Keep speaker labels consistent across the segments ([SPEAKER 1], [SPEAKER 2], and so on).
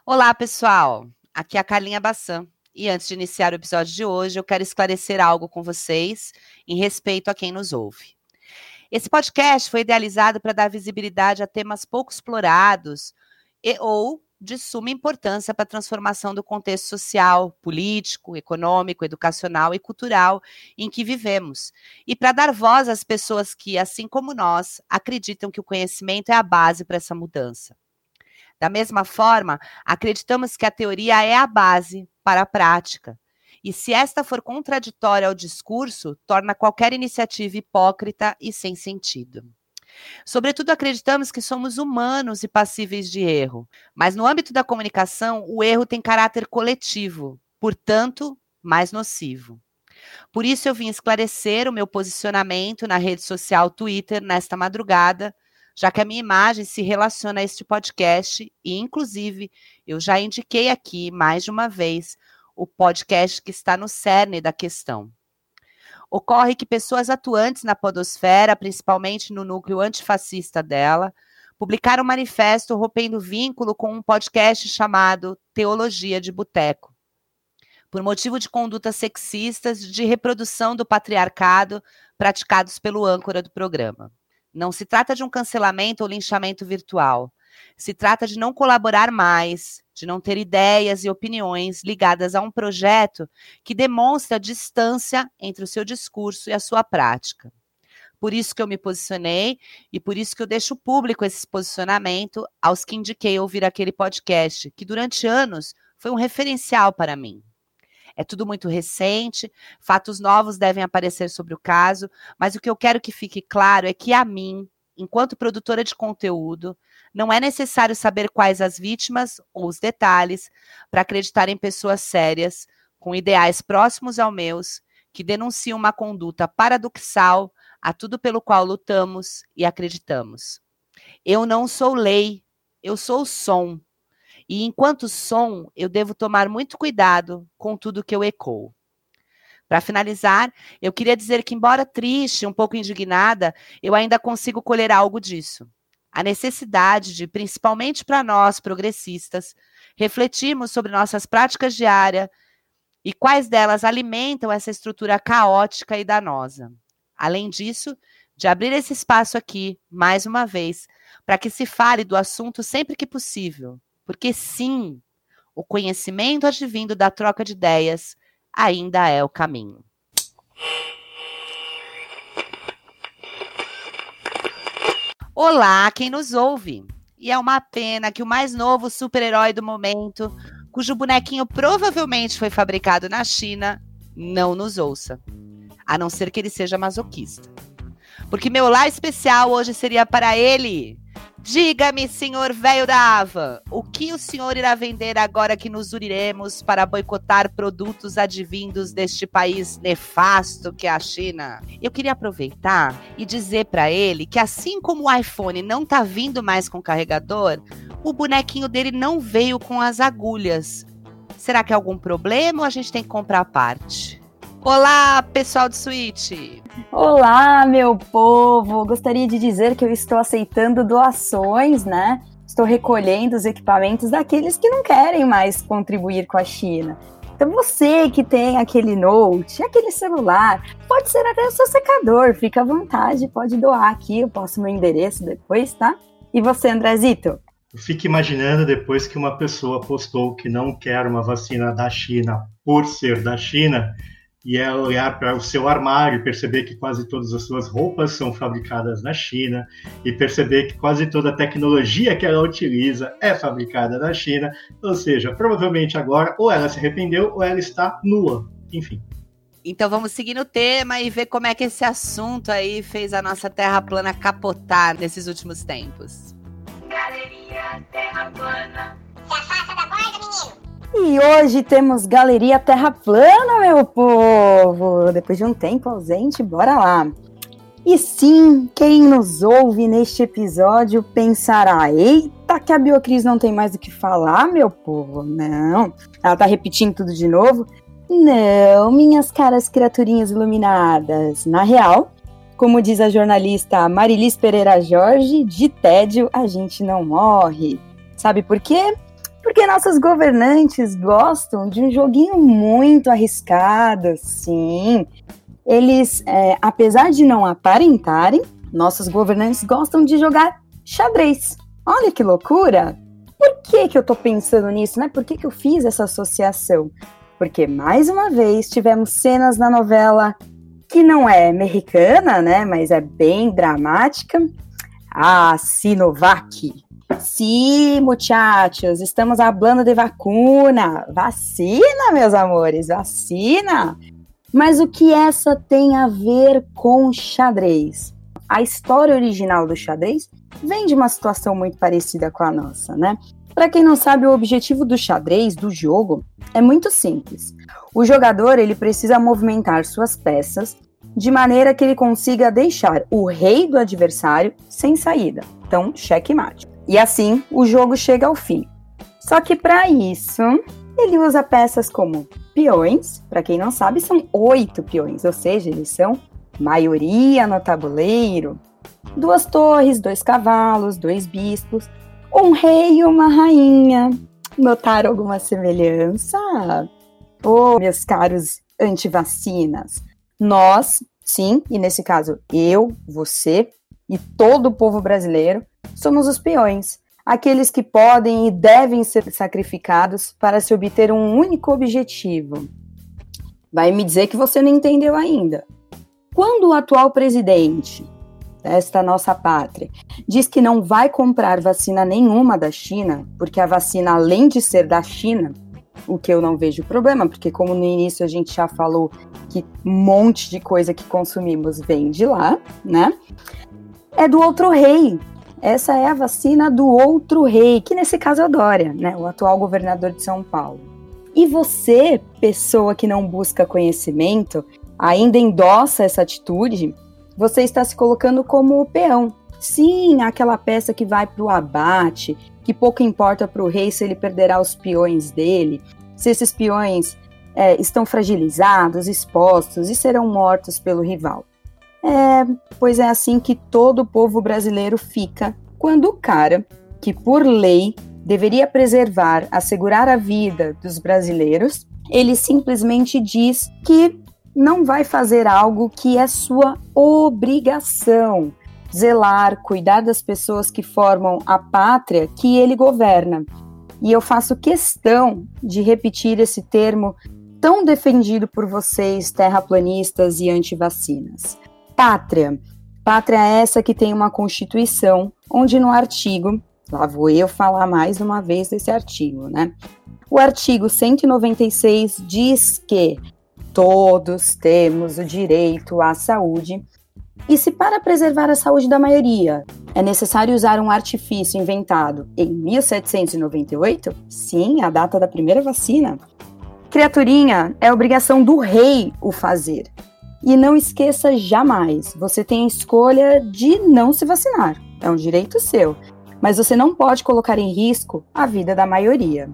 [SPEAKER 1] Olá, pessoal! Aqui é a Carlinha Bassan. E antes de iniciar o episódio de hoje, eu quero esclarecer algo com vocês em respeito a quem nos ouve. Esse podcast foi idealizado para dar visibilidade a temas pouco explorados ou de suma importância para a transformação do contexto social, político, econômico, educacional e cultural em que vivemos. E para dar voz às pessoas que, assim como nós, acreditam que o conhecimento é a base para essa mudança. Da mesma forma, acreditamos que a teoria é a base para a prática. E se esta for contraditória ao discurso, torna qualquer iniciativa hipócrita e sem sentido. Sobretudo, acreditamos que somos humanos e passíveis de erro. Mas no âmbito da comunicação, o erro tem caráter coletivo, portanto, mais nocivo. Por isso, eu vim esclarecer o meu posicionamento na rede social Twitter nesta madrugada, já que a minha imagem se relaciona a este podcast e, inclusive, eu já indiquei aqui, mais de uma vez, o podcast que está no cerne da questão. Ocorre que pessoas atuantes na podosfera, principalmente no núcleo antifascista dela, publicaram um manifesto rompendo vínculo com um podcast chamado Teologia de Boteco, por motivo de condutas sexistas de reprodução do patriarcado praticados pelo âncora do programa. Não se trata de um cancelamento ou linchamento virtual. Se trata de não colaborar mais, de não ter ideias e opiniões ligadas a um projeto que demonstra distância entre o seu discurso e a sua prática. Por isso que eu me posicionei e por isso que eu deixo público esse posicionamento aos que indiquei ouvir aquele podcast, que durante anos foi um referencial para mim. É tudo muito recente, fatos novos devem aparecer sobre o caso, mas o que eu quero que fique claro é que a mim, enquanto produtora de conteúdo, não é necessário saber quais as vítimas ou os detalhes para acreditar em pessoas sérias, com ideais próximos aos meus, que denunciam uma conduta paradoxal a tudo pelo qual lutamos e acreditamos. Eu não sou lei, eu sou som. E enquanto som, eu devo tomar muito cuidado com tudo que eu ecoo. Para finalizar, eu queria dizer que, embora triste, um pouco indignada, eu ainda consigo colher algo disso. A necessidade de, principalmente para nós, progressistas, refletirmos sobre nossas práticas diárias e quais delas alimentam essa estrutura caótica e danosa. Além disso, de abrir esse espaço aqui, mais uma vez, para que se fale do assunto sempre que possível. Porque sim, o conhecimento advindo da troca de ideias ainda é o caminho. Olá, quem nos ouve! E é uma pena que o mais novo super-herói do momento, cujo bonequinho provavelmente foi fabricado na China, não nos ouça. A não ser que ele seja masoquista. Porque meu olá especial hoje seria para ele. Diga-me, senhor velho da Ava, o que o senhor irá vender agora que nos uniremos para boicotar produtos advindos deste país nefasto que é a China? Eu queria aproveitar e dizer para ele que assim como o iPhone não está vindo mais com carregador, o bonequinho dele não veio com as agulhas. Será que é algum problema ou a gente tem que comprar a parte? Olá, pessoal do Switch!
[SPEAKER 2] Olá, meu povo! Gostaria de dizer que eu estou aceitando doações, né? Estou recolhendo os equipamentos daqueles que não querem mais contribuir com a China. Então você que tem aquele note, aquele celular, pode ser até o seu secador, fica à vontade, pode doar aqui, eu passo meu endereço depois, tá? E você, Andrezito?
[SPEAKER 3] Eu fico imaginando depois que uma pessoa postou que não quer uma vacina da China por ser da China, e é olhar para o seu armário e perceber que quase todas as suas roupas são fabricadas na China e perceber que quase toda a tecnologia que ela utiliza é fabricada na China. Ou seja, provavelmente agora ou ela se arrependeu ou ela está nua. Enfim.
[SPEAKER 1] Então vamos seguir no tema e ver como é que esse assunto aí fez a nossa Terra plana capotar nesses últimos tempos.
[SPEAKER 4] Galeria Terra Plana. Se afasta da borda, menino!
[SPEAKER 2] E hoje temos Galeria Terra Plana, meu povo! Depois de um tempo ausente, bora lá! E sim, quem nos ouve neste episódio pensará: eita, que a Biocris não tem mais o que falar, meu povo! Não, ela tá repetindo tudo de novo? Não, minhas caras criaturinhas iluminadas. Na real, como diz a jornalista Marilis Pereira Jorge, de tédio a gente não morre. Sabe por quê? Porque nossos governantes gostam de um joguinho muito arriscado, sim. Eles, apesar de não aparentarem, nossos governantes gostam de jogar xadrez. Olha que loucura! Por que eu tô pensando nisso, né? Por que eu fiz essa associação? Porque, mais uma vez, tivemos cenas na novela que não é mexicana, né? Mas é bem dramática. Ah, Sinovac. Sim, muchachos, estamos falando de vacuna. Vacina, meus amores, vacina. Mas o que essa tem a ver com xadrez? A história original do xadrez vem de uma situação muito parecida com a nossa, né? Para quem não sabe, o objetivo do xadrez, do jogo, é muito simples. O jogador, ele precisa movimentar suas peças de maneira que ele consiga deixar o rei do adversário sem saída. Então, checkmate. E assim, o jogo chega ao fim. Só que para isso, ele usa peças como peões. Para quem não sabe, são 8 peões, ou seja, eles são maioria no tabuleiro. 2 torres, 2 cavalos, 2 bispos, um rei e uma rainha. Notaram alguma semelhança? Oh, meus caros antivacinas, nós, sim, e nesse caso eu, você e todo o povo brasileiro, somos os peões, aqueles que podem e devem ser sacrificados para se obter um único objetivo. Vai me dizer que você não entendeu ainda. Quando o atual presidente desta nossa pátria diz que não vai comprar vacina nenhuma da China, porque a vacina, além de ser da China, o que eu não vejo problema, porque como no início a gente já falou que um monte de coisa que consumimos vem de lá, né? É do outro rei. Essa é a vacina do outro rei, que nesse caso é o Dória, né? O atual governador de São Paulo. E você, pessoa que não busca conhecimento, ainda endossa essa atitude, você está se colocando como o peão. Sim, aquela peça que vai para o abate, que pouco importa para o rei se ele perderá os peões dele, se esses peões estão fragilizados, expostos e serão mortos pelo rival. Pois é assim que todo o povo brasileiro fica quando o cara, que por lei deveria preservar, assegurar a vida dos brasileiros, ele simplesmente diz que não vai fazer algo que é sua obrigação, zelar, cuidar das pessoas que formam a pátria que ele governa. E eu faço questão de repetir esse termo tão defendido por vocês, terraplanistas e antivacinas. Pátria. Pátria é essa que tem uma Constituição, onde no artigo, lá vou eu falar mais uma vez desse artigo, né? O artigo 196 diz que todos temos o direito à saúde, e se para preservar a saúde da maioria é necessário usar um artifício inventado em 1798, sim, a data da primeira vacina, criaturinha, é obrigação do rei o fazer. E não esqueça jamais, você tem a escolha de não se vacinar, é um direito seu, mas você não pode colocar em risco a vida da maioria.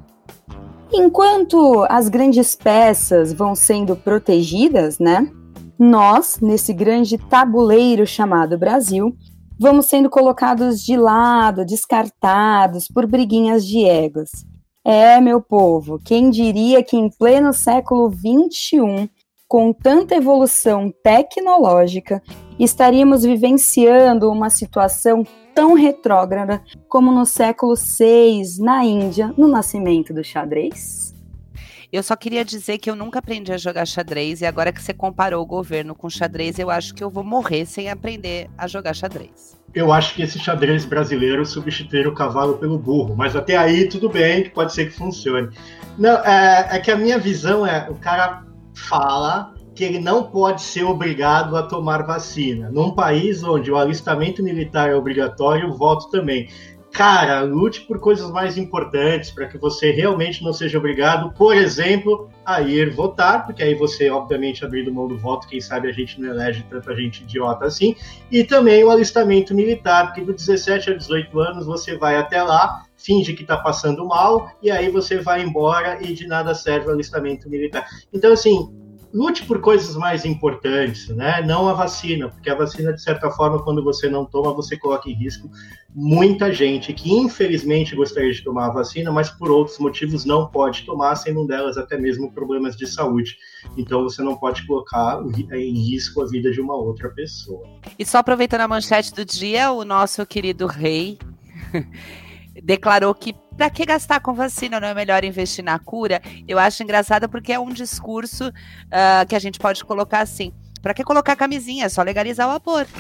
[SPEAKER 2] Enquanto as grandes peças vão sendo protegidas, né, nós, nesse grande tabuleiro chamado Brasil, vamos sendo colocados de lado, descartados por briguinhas de egos. Meu povo, quem diria que em pleno século XXI, com tanta evolução tecnológica, estaríamos vivenciando uma situação tão retrógrada como no século VI, na Índia, no nascimento do xadrez?
[SPEAKER 1] Eu só queria dizer que eu nunca aprendi a jogar xadrez, e agora que você comparou o governo com xadrez, eu acho que eu vou morrer sem aprender a jogar xadrez.
[SPEAKER 3] Eu acho que esse xadrez brasileiro substituir o cavalo pelo burro, mas até aí tudo bem, que pode ser que funcione. Não, é que a minha visão o cara fala que ele não pode ser obrigado a tomar vacina. Num país onde o alistamento militar é obrigatório, o voto também. Cara, lute por coisas mais importantes para que você realmente não seja obrigado, por exemplo, a ir votar, porque aí você, obviamente, abrindo mão do voto, quem sabe a gente não elege tanta gente idiota assim, e também o alistamento militar, porque do 17 a 18 anos você vai até lá, finge que está passando mal, e aí você vai embora e de nada serve o alistamento militar. Então, assim, lute por coisas mais importantes, né? Não a vacina, porque a vacina, de certa forma, quando você não toma, você coloca em risco muita gente que, infelizmente, gostaria de tomar a vacina, mas por outros motivos não pode tomar, sendo um delas até mesmo problemas de saúde. Então, você não pode colocar em risco a vida de uma outra pessoa.
[SPEAKER 1] E só aproveitando a manchete do dia, o nosso querido rei declarou que para que gastar com vacina, não é melhor investir na cura? Eu acho engraçado porque é um discurso que a gente pode colocar assim, para que colocar camisinha? É só legalizar o aborto.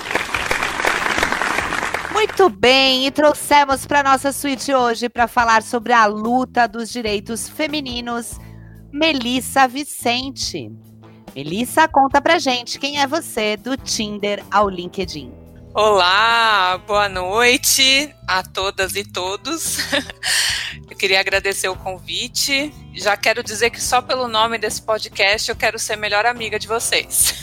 [SPEAKER 1] Muito bem, e trouxemos para nossa suíte hoje para falar sobre a luta dos direitos femininos, Melissa Vicente. Melissa, conta pra gente quem é você do Tinder ao LinkedIn.
[SPEAKER 5] Olá, boa noite a todas e todos. Eu queria agradecer o convite. Já quero dizer que só pelo nome desse podcast eu quero ser melhor amiga de vocês.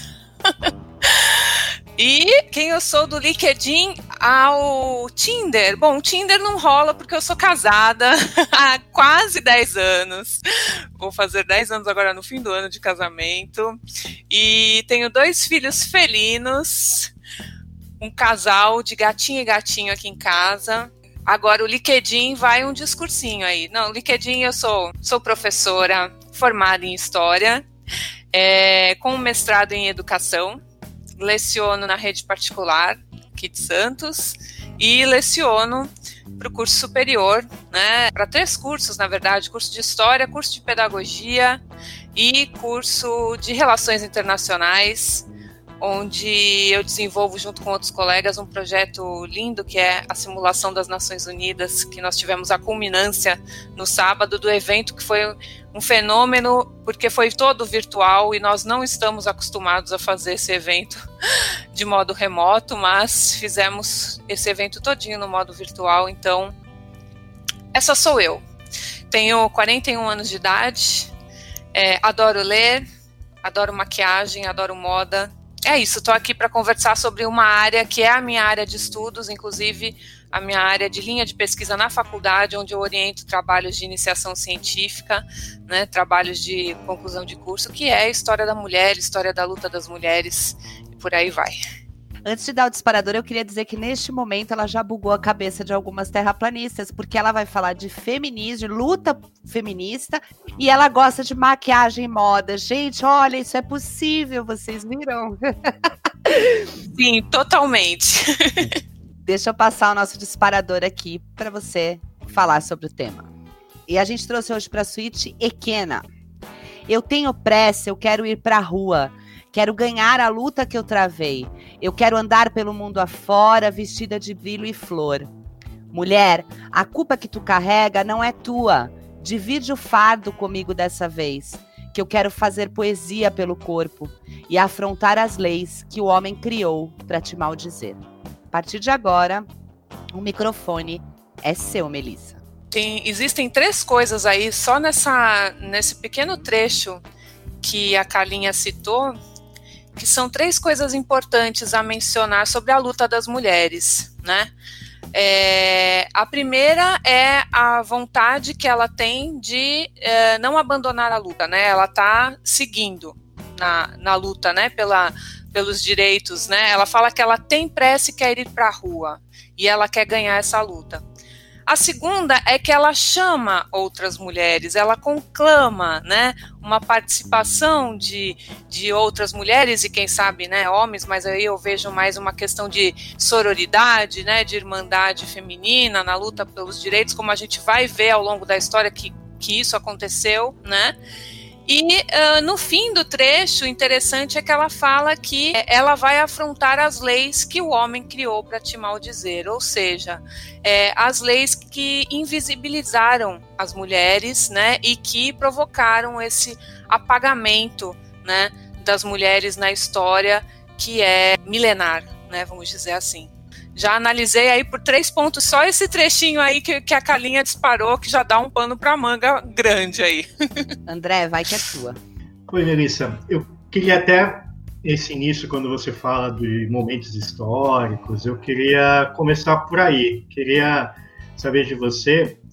[SPEAKER 5] E quem eu sou do LinkedIn ao Tinder? Bom, o Tinder não rola porque eu sou casada há quase 10 anos. Vou fazer 10 anos agora no fim do ano de casamento. E tenho 2 filhos felinos, um casal de gatinho e gatinho aqui em casa. Agora o LinkedIn vai um discursinho aí. Não, o LinkedIn eu sou professora formada em História, com um mestrado em Educação. Leciono na rede particular aqui de Santos e leciono para o curso superior, né, para 3 cursos, na verdade, curso de História, curso de Pedagogia e curso de Relações Internacionais, onde eu desenvolvo junto com outros colegas um projeto lindo que é a simulação das Nações Unidas, que nós tivemos a culminância no sábado do evento, que foi um fenômeno, porque foi todo virtual e nós não estamos acostumados a fazer esse evento de modo remoto, mas fizemos esse evento todinho no modo virtual. Então, essa sou eu. Tenho 41 anos de idade, adoro ler, adoro maquiagem, adoro moda. É isso, estou aqui para conversar sobre uma área que é a minha área de estudos, inclusive a minha área de linha de pesquisa na faculdade, onde eu oriento trabalhos de iniciação científica, né, trabalhos de conclusão de curso, que é a história da mulher, história da luta das mulheres, e por aí vai.
[SPEAKER 1] Antes de dar o disparador, eu queria dizer que neste momento ela já bugou a cabeça de algumas terraplanistas, porque ela vai falar de feminismo, de luta feminista, e ela gosta de maquiagem e moda. Gente, olha, isso é possível, vocês viram?
[SPEAKER 5] Sim, totalmente.
[SPEAKER 1] Deixa eu passar o nosso disparador aqui para você falar sobre o tema. E a gente trouxe hoje para a suíte Equena. Eu tenho pressa, eu quero ir para a rua. Quero ganhar a luta que eu travei. Eu quero andar pelo mundo afora, vestida de brilho e flor. Mulher, a culpa que tu carrega não é tua. Divide o fardo comigo dessa vez, que eu quero fazer poesia pelo corpo e afrontar as leis que o homem criou para te maldizer. A partir de agora, o microfone é seu, Melissa.
[SPEAKER 5] Existem 3 coisas aí, só nesse pequeno trecho que a Carlinha citou, que são 3 coisas importantes a mencionar sobre a luta das mulheres, né? A primeira é a vontade que ela tem de não abandonar a luta, né? Ela está seguindo na luta, né? Pelos direitos, né? Ela fala que ela tem pressa e quer ir para a rua, e ela quer ganhar essa luta. A segunda é que ela chama outras mulheres, ela conclama, né, uma participação de outras mulheres e quem sabe, né, homens, mas aí eu vejo mais uma questão de sororidade, né, de irmandade feminina na luta pelos direitos, como a gente vai ver ao longo da história que isso aconteceu, né? E no fim do trecho, interessante é que ela fala que ela vai afrontar as leis que o homem criou para te maldizer, ou seja, as leis que invisibilizaram as mulheres, né, e que provocaram esse apagamento, né, das mulheres na história, que é milenar, né, vamos dizer assim. Já analisei aí por 3 pontos, só esse trechinho aí que a Carlinha disparou, que já dá um pano pra manga grande aí.
[SPEAKER 1] André, vai que é tua.
[SPEAKER 3] Oi, Melissa. Eu queria até, esse início, quando você fala de momentos históricos, eu queria começar por aí. Queria saber de você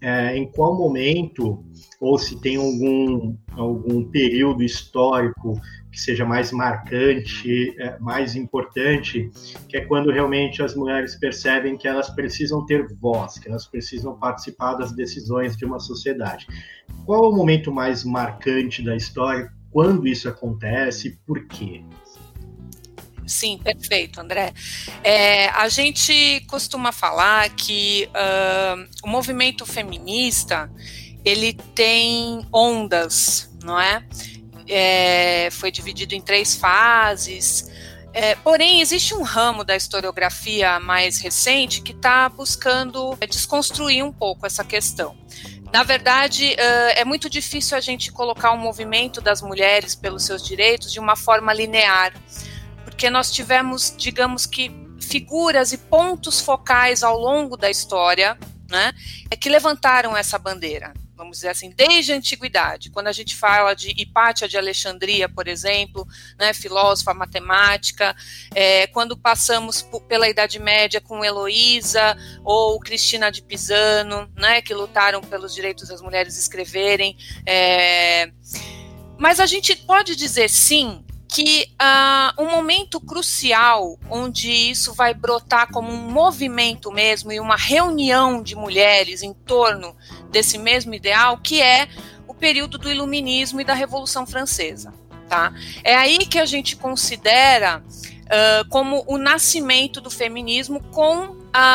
[SPEAKER 3] em qual momento, ou se tem algum período histórico que seja mais marcante, mais importante, que é quando realmente as mulheres percebem que elas precisam ter voz, que elas precisam participar das decisões de uma sociedade. Qual é o momento mais marcante da história? Quando isso acontece e por quê?
[SPEAKER 5] Sim, perfeito, André. A gente costuma falar que o movimento feminista, ele tem ondas, não é? Foi dividido em 3 fases. Porém, existe um ramo da historiografia mais recente que está buscando desconstruir um pouco essa questão. Na verdade, é muito difícil a gente colocar o movimento das mulheres pelos seus direitos de uma forma linear, porque nós tivemos, digamos que, figuras e pontos focais ao longo da história, né, que levantaram essa bandeira, vamos dizer assim, desde a antiguidade. Quando a gente fala de Hipátia de Alexandria, por exemplo, né, filósofa, matemática, quando passamos pela Idade Média com Heloísa ou Cristina de Pisano, né, que lutaram pelos direitos das mulheres escreverem. Mas a gente pode dizer, sim, que um momento crucial onde isso vai brotar como um movimento mesmo e uma reunião de mulheres em torno desse mesmo ideal, que é o período do Iluminismo e da Revolução Francesa. Tá? É aí que a gente considera como o nascimento do feminismo com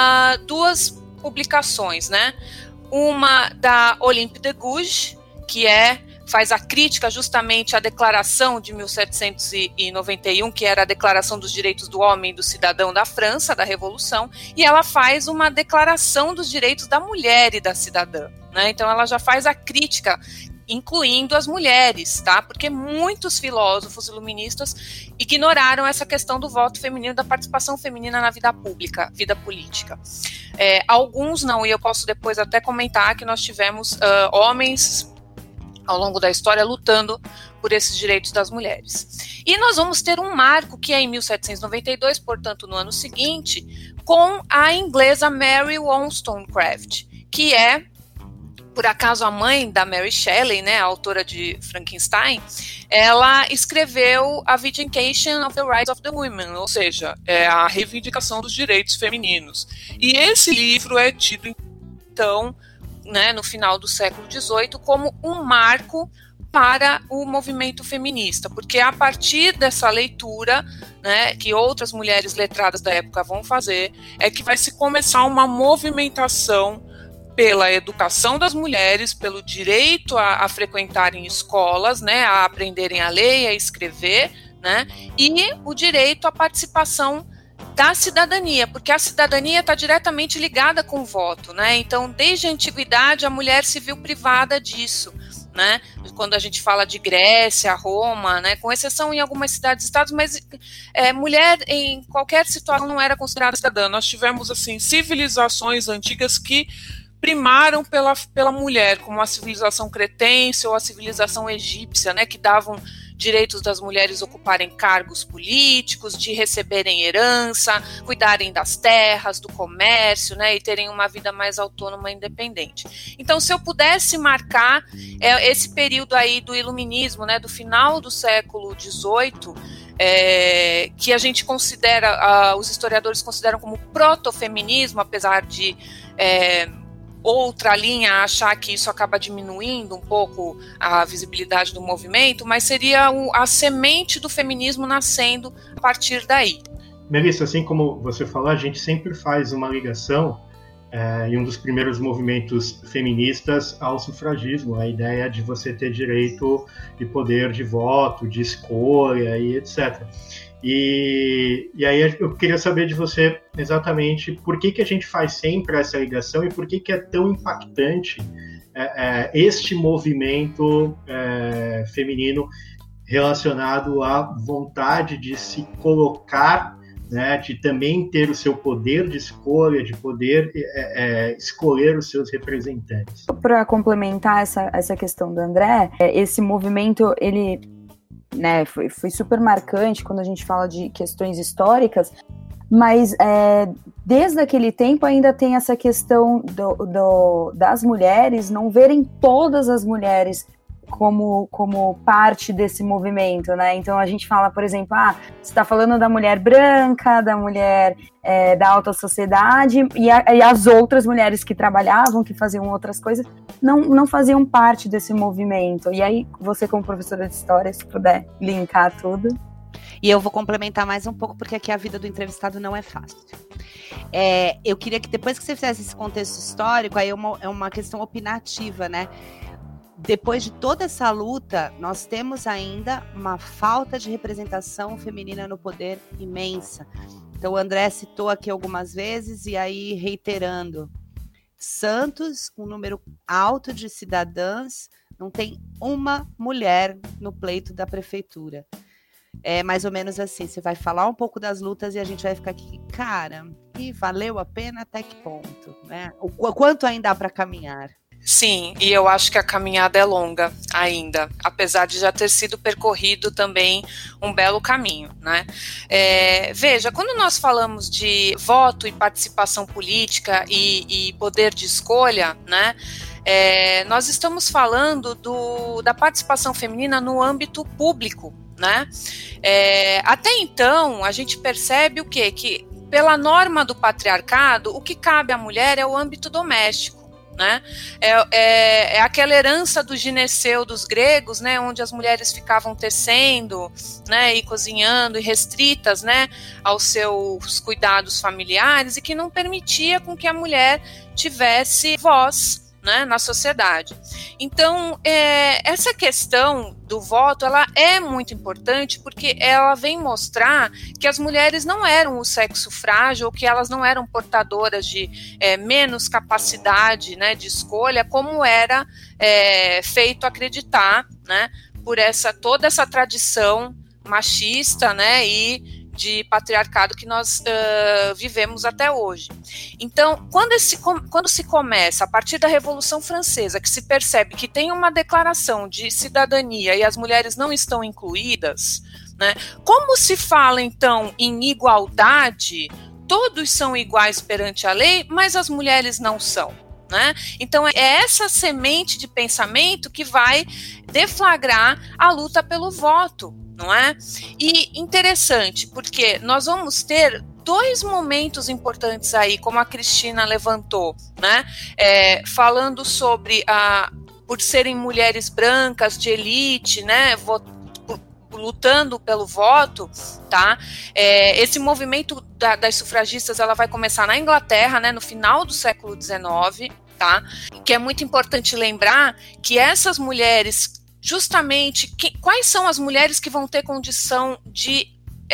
[SPEAKER 5] 2 publicações, né? Uma da Olympe de Gouges, que faz a crítica justamente à Declaração de 1791, que era a Declaração dos Direitos do Homem e do Cidadão da França, da Revolução, e ela faz uma Declaração dos Direitos da Mulher e da Cidadã, né? Então ela já faz a crítica, incluindo as mulheres, tá? Porque muitos filósofos iluministas ignoraram essa questão do voto feminino, da participação feminina na vida pública, vida política. Alguns não, e eu posso depois até comentar que nós tivemos homens ao longo da história lutando por esses direitos das mulheres. E nós vamos ter um marco que é em 1792, portanto no ano seguinte, com a inglesa Mary Wollstonecraft, que é, por acaso, a mãe da Mary Shelley, né, a autora de Frankenstein. Ela escreveu A Vindication of the Rights of the Women, ou seja, a reivindicação dos direitos femininos. E esse livro é tido, então, né, no final do século XVIII, como um marco para o movimento feminista, porque a partir dessa leitura, né, que outras mulheres letradas da época vão fazer, é que vai se começar uma movimentação pela educação das mulheres, pelo direito a frequentarem escolas, né, a aprenderem a ler e a escrever, né, e o direito à participação da cidadania, porque a cidadania está diretamente ligada com o voto, né? Então, desde a antiguidade, a mulher se viu privada disso, né? Quando a gente fala de Grécia, Roma, né? Com exceção em algumas cidades-estados, mas mulher em qualquer situação não era considerada cidadã. Nós tivemos, assim, civilizações antigas que primaram pela mulher, como a civilização cretense ou a civilização egípcia, né? Que davam direitos das mulheres ocuparem cargos políticos, de receberem herança, cuidarem das terras, do comércio, né, e terem uma vida mais autônoma e independente. Então, se eu pudesse marcar esse período aí do iluminismo, né, do final do século XVIII, que a gente considera, os historiadores consideram como protofeminismo, apesar de outra linha achar que isso acaba diminuindo um pouco a visibilidade do movimento, mas seria a semente do feminismo nascendo a partir daí.
[SPEAKER 3] Melissa, assim como você falou, a gente sempre faz uma ligação em um dos primeiros movimentos feministas ao sufragismo, a ideia de você ter direito e poder de voto, de escolha e etc. E aí eu queria saber de você exatamente por que a gente faz sempre essa ligação e por que é tão impactante este movimento feminino relacionado à vontade de se colocar, né, de também ter o seu poder de escolha, de poder escolher os seus representantes.
[SPEAKER 2] Para complementar essa questão do André, esse movimento, ele, né, foi super marcante quando a gente fala de questões históricas, Mas desde aquele tempo ainda tem essa questão das mulheres não verem todas as mulheres como parte desse movimento, né? Então a gente fala, por exemplo, você está falando da mulher branca, da mulher da alta sociedade, e as outras mulheres que trabalhavam, que faziam outras coisas, não faziam parte desse movimento. E aí, você como professora de história, se puder linkar tudo.
[SPEAKER 1] E eu vou complementar mais um pouco, porque aqui a vida do entrevistado não é fácil. Eu queria que depois que você fizesse esse contexto histórico, aí é uma questão opinativa, né? Depois de toda essa luta, nós temos ainda uma falta de representação feminina no poder imensa. Então, o André citou aqui algumas vezes, e aí reiterando, Santos, com um número alto de cidadãs, não tem uma mulher no pleito da prefeitura. É mais ou menos assim, você vai falar um pouco das lutas e a gente vai ficar aqui, cara, e valeu a pena até que ponto, né? O quanto ainda há para caminhar?
[SPEAKER 5] Sim, e eu acho que a caminhada é longa ainda, apesar de já ter sido percorrido também um belo caminho, né? Veja, quando nós falamos de voto e participação política e poder de escolha, né? Nós estamos falando da participação feminina no âmbito público, né? Até então, a gente percebe o quê? Que pela norma do patriarcado, o que cabe à mulher é o âmbito doméstico. Né? É aquela herança do gineceu dos gregos, né, onde as mulheres ficavam tecendo, né, e cozinhando, e restritas, né, aos seus cuidados familiares, e que não permitia com que a mulher tivesse voz, né, na sociedade. Então, essa questão do voto, ela é muito importante porque ela vem mostrar que as mulheres não eram o sexo frágil, ou que elas não eram portadoras de menos capacidade, né, de escolha, como era feito acreditar, né, por toda essa tradição machista, né, e de patriarcado que nós vivemos até hoje. Então, quando se começa, a partir da Revolução Francesa, que se percebe que tem uma declaração de cidadania e as mulheres não estão incluídas, né, como se fala, então, em igualdade, todos são iguais perante a lei, mas as mulheres não são. Né? Então, é essa semente de pensamento que vai deflagrar a luta pelo voto, não é? E interessante, porque nós vamos ter dois momentos importantes aí, como a Cristina levantou, né? Falando sobre por serem mulheres brancas de elite, né? Lutando pelo voto, tá? Esse movimento das sufragistas, ela vai começar na Inglaterra, né? No final do século XIX, tá? Que é muito importante lembrar que essas mulheres, justamente, quais são as mulheres que vão ter condição de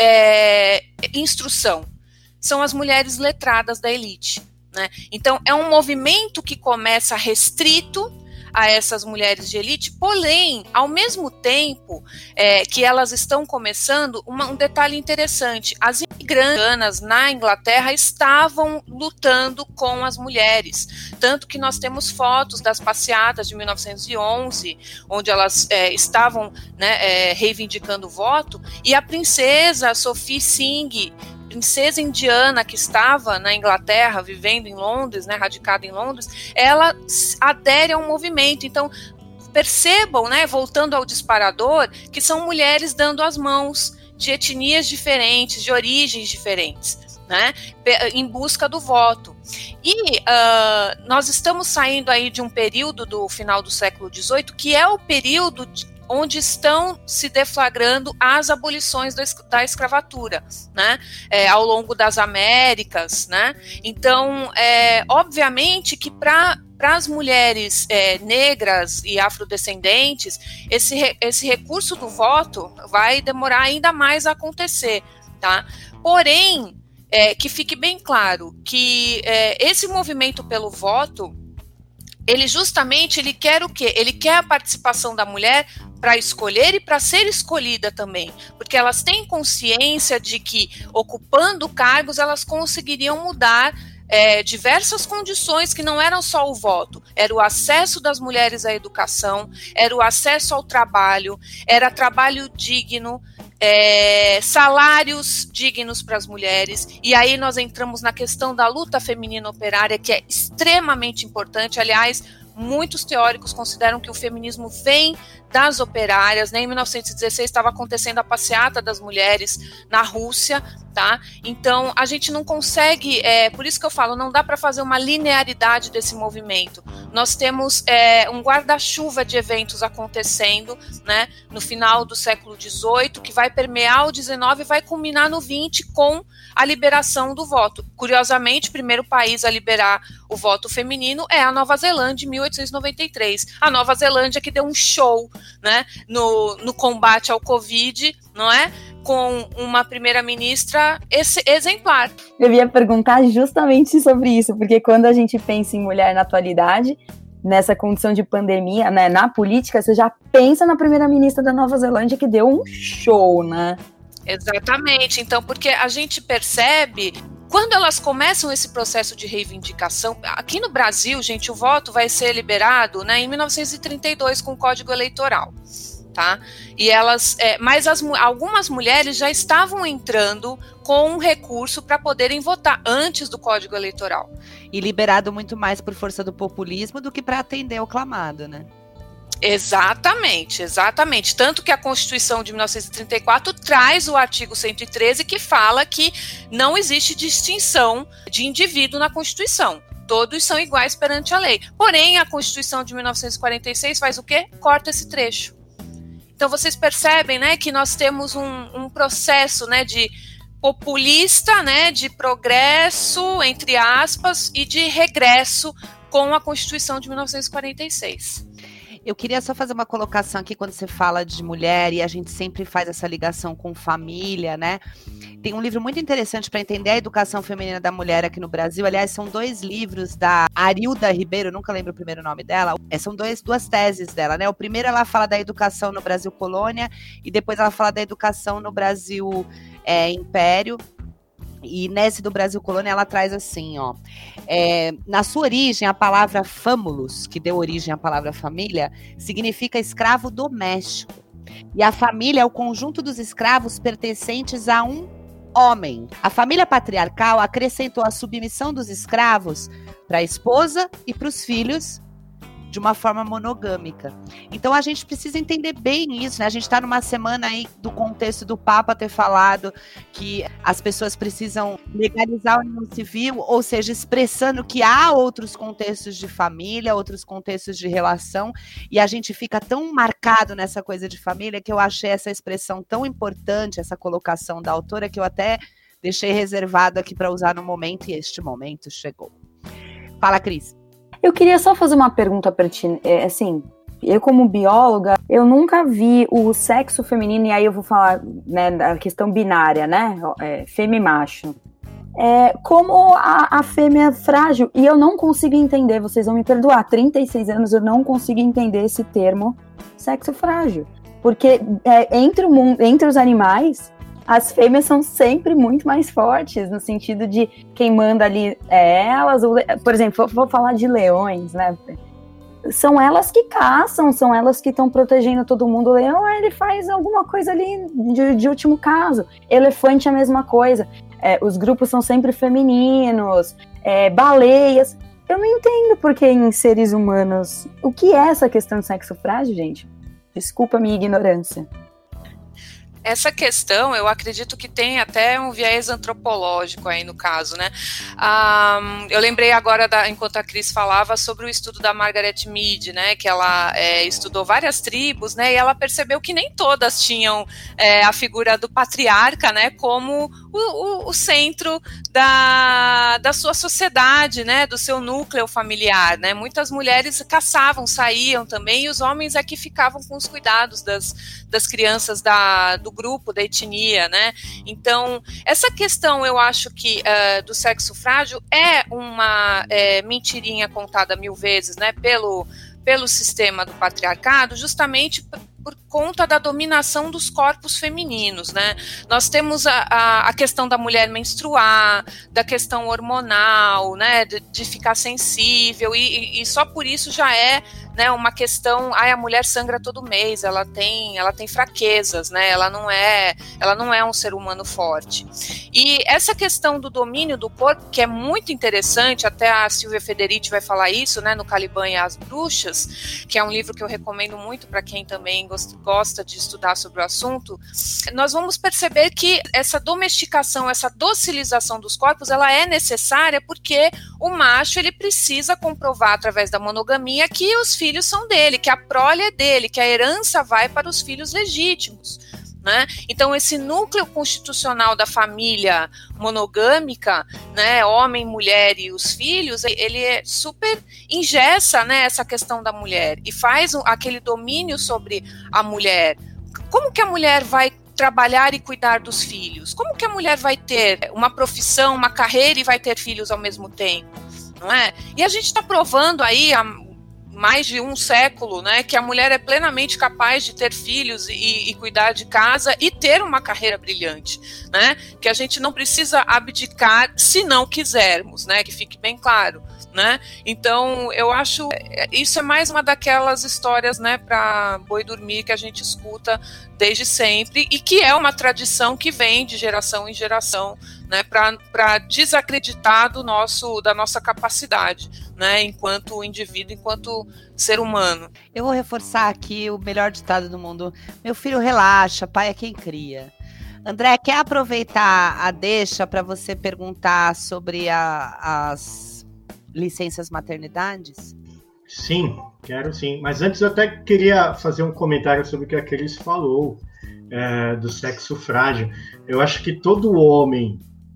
[SPEAKER 5] instrução? São as mulheres letradas da elite, né? Então, é um movimento que começa restrito a essas mulheres de elite, porém, ao mesmo tempo que elas estão começando, um detalhe interessante, as imigrantes na Inglaterra estavam lutando com as mulheres, tanto que nós temos fotos das passeatas de 1911, onde elas estavam, né, reivindicando o voto, e a princesa Sophie Singh, princesa indiana que estava na Inglaterra, vivendo em Londres, né, radicada em Londres, ela adere ao movimento. Então, percebam, né, voltando ao disparador, que são mulheres dando as mãos de etnias diferentes, de origens diferentes, né, em busca do voto. E nós estamos saindo aí de um período do final do século XVIII, que é o período onde estão se deflagrando as abolições da escravatura, né, ao longo das Américas, né. Então, obviamente que para as mulheres negras e afrodescendentes, esse recurso do voto vai demorar ainda mais a acontecer, tá? Porém, que fique bem claro que esse movimento pelo voto, ele quer o quê? Ele quer a participação da mulher para escolher e para ser escolhida também, porque elas têm consciência de que, ocupando cargos, elas conseguiriam mudar diversas condições que não eram só o voto, era o acesso das mulheres à educação, era o acesso ao trabalho, era trabalho digno, salários dignos para as mulheres, e aí nós entramos na questão da luta feminina operária, que é extremamente importante. Aliás, muitos teóricos consideram que o feminismo vem das operárias, né? Em 1916 estava acontecendo a passeata das mulheres na Rússia, tá? Então a gente não consegue, por isso que eu falo, não dá para fazer uma linearidade desse movimento. Nós temos um guarda-chuva de eventos acontecendo, né? No final do século XVIII, que vai permear o XIX e vai culminar no XX com a liberação do voto. Curiosamente, o primeiro país a liberar o voto feminino é a Nova Zelândia, em 1893. A Nova Zelândia que deu um show, né, no combate ao Covid, não é? Com uma primeira-ministra exemplar.
[SPEAKER 2] Eu ia perguntar justamente sobre isso, porque quando a gente pensa em mulher na atualidade, nessa condição de pandemia, né, na política, você já pensa na primeira-ministra da Nova Zelândia que deu um show, né?
[SPEAKER 5] Exatamente. Então, porque a gente percebe, quando elas começam esse processo de reivindicação, aqui no Brasil, gente, o voto vai ser liberado, né, em 1932 com o Código Eleitoral. Tá? E elas, mas algumas mulheres já estavam entrando com um recurso para poderem votar antes do Código Eleitoral.
[SPEAKER 1] E liberado muito mais por força do populismo do que para atender o clamado, né?
[SPEAKER 5] Exatamente, exatamente. Tanto que a Constituição de 1934 traz o artigo 113 que fala que não existe distinção de indivíduo na Constituição. Todos são iguais perante a lei. Porém, a Constituição de 1946 faz o quê? Corta esse trecho. Então vocês percebem, né, que nós temos um processo, né, de populista, né, de progresso, entre aspas, e de regresso com a Constituição de 1946.
[SPEAKER 1] Eu queria só fazer uma colocação aqui quando você fala de mulher e a gente sempre faz essa ligação com família, né? Tem um livro muito interessante para entender a educação feminina da mulher aqui no Brasil. Aliás, são 2 livros da Arilda Ribeiro, nunca lembro o primeiro nome dela. São duas teses dela, né? O primeiro ela fala da educação no Brasil colônia e depois ela fala da educação no Brasil império. E nesse do Brasil colônia ela traz assim, ó, na sua origem a palavra famulus, que deu origem à palavra família, significa escravo doméstico. E a família é o conjunto dos escravos pertencentes a um homem. A família patriarcal acrescentou a submissão dos escravos para a esposa e para os filhos de uma forma monogâmica. Então a gente precisa entender bem isso, né? A gente está numa semana aí do contexto do Papa ter falado que as pessoas precisam legalizar a união civil, ou seja, expressando que há outros contextos de família, outros contextos de relação, e a gente fica tão marcado nessa coisa de família que eu achei essa expressão tão importante, essa colocação da autora, que eu até deixei reservado aqui para usar no momento, e este momento chegou. Fala, Cris.
[SPEAKER 2] Eu queria só fazer uma pergunta para ti, assim, eu como bióloga, eu nunca vi o sexo feminino, e aí eu vou falar, né, da questão binária, né, fêmea e macho, como a fêmea é frágil, e eu não consigo entender, vocês vão me perdoar, 36 anos eu não consigo entender esse termo sexo frágil, porque entre os animais, as fêmeas são sempre muito mais fortes, no sentido de quem manda ali elas, por exemplo, vou falar de leões, né? São elas que caçam, são elas que estão protegendo todo mundo. O leão, ele faz alguma coisa ali de último caso. Elefante, a mesma coisa. Os grupos são sempre femininos, baleias. Eu não entendo porque em seres humanos... O que é essa questão de sexo frágil, gente? Desculpa a minha ignorância.
[SPEAKER 5] Essa questão, eu acredito que tem até um viés antropológico aí no caso, né? Eu lembrei agora, enquanto a Cris falava, sobre o estudo da Margaret Mead, né? Que ela estudou várias tribos, né? E ela percebeu que nem todas tinham a figura do patriarca, né? Como o centro da sua sociedade, né? Do seu núcleo familiar, né? Muitas mulheres caçavam, saíam também, e os homens é que ficavam com os cuidados das crianças do grupo, da etnia, né? Então, essa questão, eu acho que do sexo frágil é uma mentirinha contada 1000 vezes, né? Pelo sistema do patriarcado, justamente por conta da dominação dos corpos femininos, né? Nós temos a questão da mulher menstruar, da questão hormonal, né? De ficar sensível, e só por isso já é, né, uma questão, a mulher sangra todo mês, ela tem fraquezas, né? Ela não é um ser humano forte. E essa questão do domínio do corpo, que é muito interessante, até a Silvia Federici vai falar isso, né, no Caliban e as Bruxas, que é um livro que eu recomendo muito para quem também gosta de estudar sobre o assunto. Nós vamos perceber que essa domesticação, essa docilização dos corpos, ela é necessária porque o macho, ele precisa comprovar através da monogamia que os filhos são dele, que a prole é dele, que a herança vai para os filhos legítimos, né? Então esse núcleo constitucional da família monogâmica, né, homem, mulher e os filhos, ele é super engessa, né, essa questão da mulher e faz aquele domínio sobre a mulher. Como que a mulher vai trabalhar e cuidar dos filhos? Como que a mulher vai ter uma profissão, uma carreira e vai ter filhos ao mesmo tempo? Não é? E a gente está provando aí há mais de um século, né, que a mulher é plenamente capaz de ter filhos e cuidar de casa e ter uma carreira brilhante, né, que a gente não precisa abdicar se não quisermos, né, que fique bem claro, né. Então eu acho isso é mais uma daquelas histórias, né, para boi dormir que a gente escuta desde sempre e que é uma tradição que vem de geração em geração, né, para desacreditar da nossa capacidade, né, enquanto indivíduo, enquanto ser humano.
[SPEAKER 1] Eu vou reforçar aqui o melhor ditado do mundo. Meu filho, relaxa, pai é quem cria. André, quer aproveitar a deixa para você perguntar sobre as licenças maternidades?
[SPEAKER 3] Sim, quero sim. Mas antes eu até queria fazer um comentário sobre o que a Cris falou do sexo frágil. Eu acho que todo homem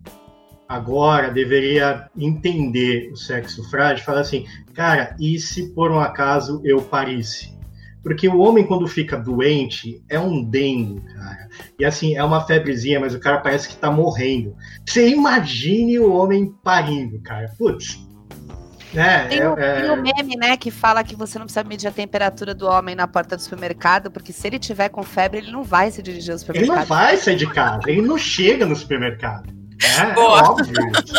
[SPEAKER 3] agora deveria entender o sexo frágil e falar assim, cara, e se por um acaso eu parisse? Porque o homem, quando fica doente, é um dengo, cara. E assim, é uma febrezinha, mas o cara parece que tá morrendo. Você imagine o homem parindo, cara. Putz.
[SPEAKER 1] Tem o meme, né, que fala que você não precisa medir a temperatura do homem na porta do supermercado, porque se ele tiver com febre, ele não vai se dirigir ao supermercado.
[SPEAKER 3] Ele não vai sair de casa, ele não chega no supermercado. É óbvio.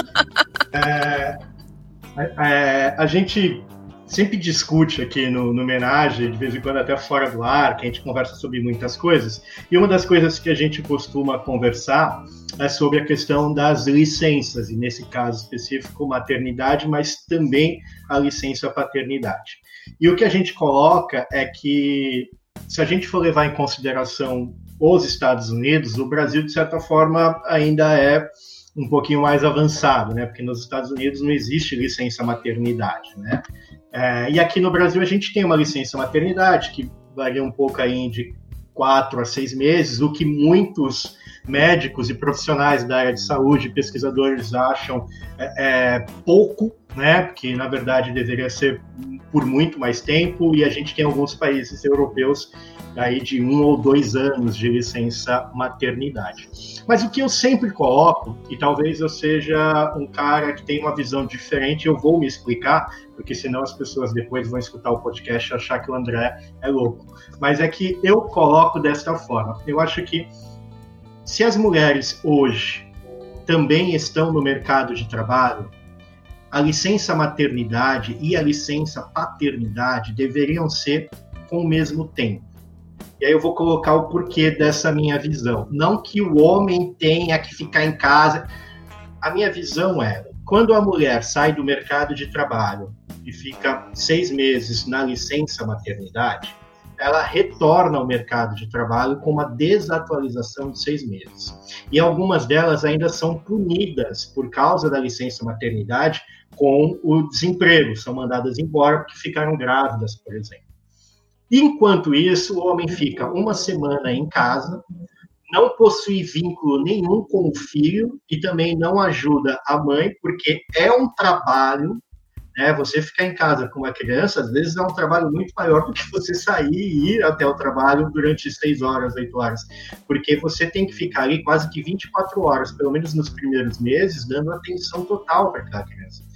[SPEAKER 3] A gente sempre discute aqui no Homenagem, de vez em quando até fora do ar, que a gente conversa sobre muitas coisas, e uma das coisas que a gente costuma conversar é sobre a questão das licenças, e nesse caso específico maternidade, mas também a licença paternidade. E o que a gente coloca é que, se a gente for levar em consideração os Estados Unidos, o Brasil, de certa forma, ainda é um pouquinho mais avançado, né? Porque nos Estados Unidos não existe licença maternidade, né? E aqui no Brasil a gente tem uma licença maternidade que varia um pouco aí de 4 a 6 meses, o que muitos médicos e profissionais da área de saúde, pesquisadores acham pouco, né? Porque na verdade deveria ser por muito mais tempo, e a gente tem alguns países europeus aí de 1 ou 2 anos de licença maternidade. Mas o que eu sempre coloco, e talvez eu seja um cara que tem uma visão diferente, eu vou me explicar, porque senão as pessoas depois vão escutar o podcast e achar que o André é louco. Mas é que eu coloco desta forma. Eu acho que se as mulheres hoje também estão no mercado de trabalho, a licença maternidade e a licença paternidade deveriam ser com o mesmo tempo. E aí eu vou colocar o porquê dessa minha visão. Não que o homem tenha que ficar em casa. A minha visão é, quando a mulher sai do mercado de trabalho e fica 6 meses na licença maternidade, ela retorna ao mercado de trabalho com uma desatualização de 6 meses. E algumas delas ainda são punidas por causa da licença maternidade com o desemprego, são mandadas embora porque ficaram grávidas, por exemplo. Enquanto isso, o homem fica 1 semana em casa, não possui vínculo nenhum com o filho e também não ajuda a mãe, porque é um trabalho, né? Você ficar em casa com uma criança, às vezes é um trabalho muito maior do que você sair e ir até o trabalho durante 6 horas, 8 horas, porque você tem que ficar ali quase que 24 horas, pelo menos nos primeiros meses, dando atenção total para aquela criança.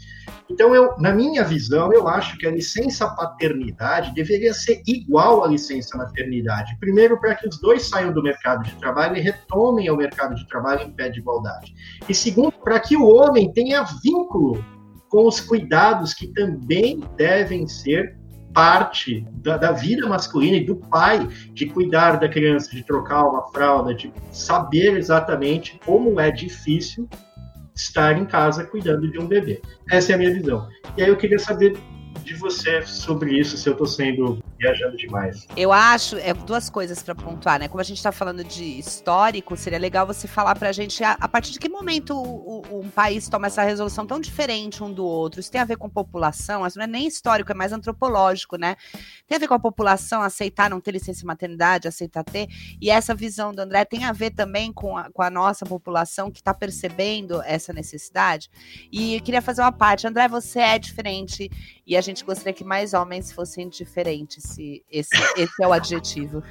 [SPEAKER 3] Então, na minha visão, eu acho que a licença paternidade deveria ser igual à licença maternidade. Primeiro, para que os dois saiam do mercado de trabalho e retomem ao mercado de trabalho em pé de igualdade. E segundo, para que o homem tenha vínculo com os cuidados que também devem ser parte da vida masculina e do pai, de cuidar da criança, de trocar uma fralda, de saber exatamente como é difícil estar em casa cuidando de um bebê. Essa é a minha visão. E aí eu queria saber de você sobre isso, se eu estou viajando demais.
[SPEAKER 1] Eu acho, duas coisas para pontuar, né? Como a gente está falando de histórico, seria legal você falar para a gente a partir de que momento um país toma essa resolução tão diferente um do outro. Isso tem a ver com população, isso não é nem histórico, é mais antropológico, né? Tem a ver com a população aceitar não ter licença maternidade, aceitar ter, e essa visão do André tem a ver também com a nossa população que está percebendo essa necessidade. E eu queria fazer uma parte. André, você é diferente e a gente gostaria que mais homens fossem diferentes. Esse é o adjetivo.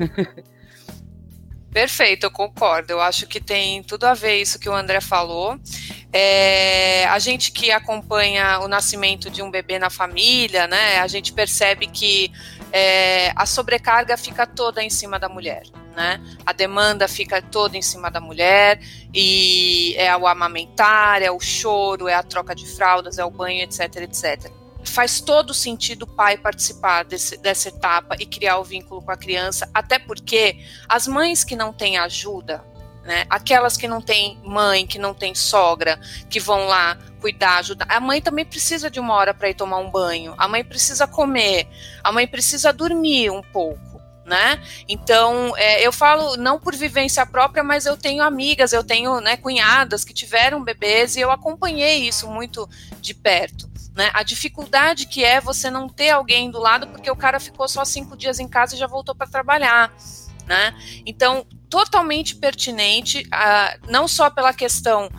[SPEAKER 5] Perfeito, eu concordo. Eu acho que tem tudo a ver isso que o André falou. A gente que acompanha o nascimento de um bebê na família, né, a gente percebe que a sobrecarga fica toda em cima da mulher, né? A demanda fica toda em cima da mulher, e é o amamentar, é o choro, é a troca de fraldas, é o banho, etc, etc. Faz todo sentido o pai participar dessa etapa e criar o vínculo com a criança, até porque as mães que não têm ajuda, né, aquelas que não têm mãe, que não têm sogra, que vão lá cuidar, ajudar, a mãe também precisa de uma hora para ir tomar um banho, a mãe precisa comer, a mãe precisa dormir um pouco, né? Então, eu falo não por vivência própria, mas eu tenho amigas, eu tenho, né, cunhadas que tiveram bebês e eu acompanhei isso muito de perto. Né? A dificuldade que é você não ter alguém do lado porque o cara ficou só 5 dias em casa e já voltou para trabalhar, né? Então, totalmente pertinente, não só pela questão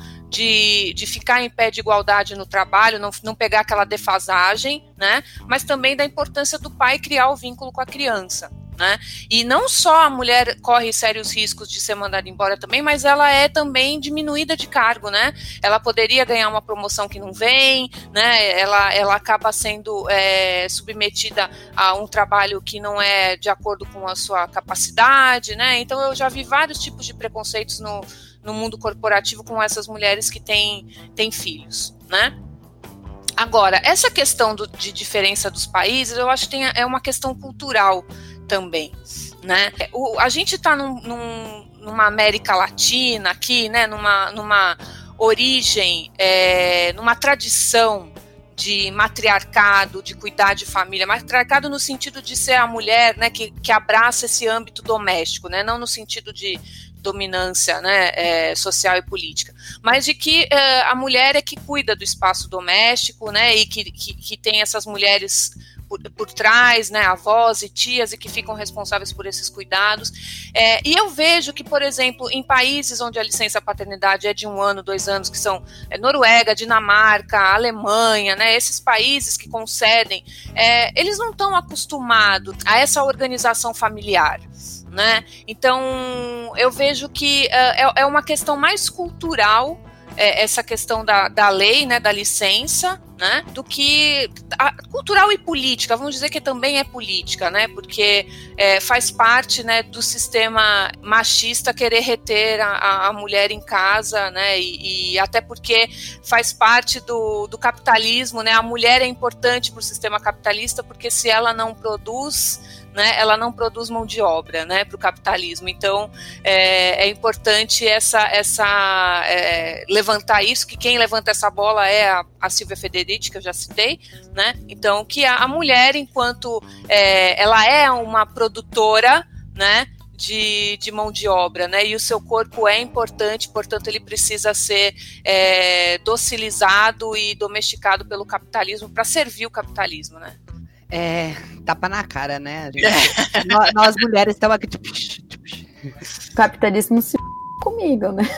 [SPEAKER 5] de ficar em pé de igualdade no trabalho, não pegar aquela defasagem, né? Mas também da importância do pai criar o vínculo com a criança. Né? E não só a mulher corre sérios riscos de ser mandada embora também, mas ela é também diminuída de cargo, né? Ela poderia ganhar uma promoção que não vem, né? Ela acaba sendo submetida a um trabalho que não é de acordo com a sua capacidade, né? Então eu já vi vários tipos de preconceitos no mundo corporativo com essas mulheres que têm filhos, né? Agora, essa questão de diferença dos países, eu acho que é uma questão cultural também, né? A gente está numa América Latina aqui, né? Numa origem, numa tradição de matriarcado, de cuidar de família, matriarcado no sentido de ser a mulher, né, que abraça esse âmbito doméstico, né? Não no sentido de dominância, né, social e política, mas de que a mulher é que cuida do espaço doméstico, né, e que tem essas mulheres por trás, né, avós e tias, e que ficam responsáveis por esses cuidados. E eu vejo que, por exemplo, em países onde a licença paternidade é de 1 ano, 2 anos, que são Noruega, Dinamarca, Alemanha, né, esses países que concedem, eles não estão acostumados a essa organização familiar. Né? Então, eu vejo que é uma questão mais cultural, essa questão da lei, né, da licença, né, do que cultural e política, vamos dizer que também é política, né, porque faz parte, né, do sistema machista querer reter a mulher em casa, né, e até porque faz parte do capitalismo, né, a mulher é importante para o sistema capitalista porque se ela não produz, né, ela não produz mão de obra, né, para o capitalismo. Então é importante levantar isso, que quem levanta essa bola é a Silvia Federici, que eu já citei, né? Então que a mulher, enquanto ela é uma produtora, né, de mão de obra, né, e o seu corpo é importante, portanto ele precisa ser docilizado e domesticado pelo capitalismo para servir o capitalismo, né?
[SPEAKER 1] Tapa na cara, né? Nós mulheres estamos aqui.
[SPEAKER 2] O capitalismo se comigo, né?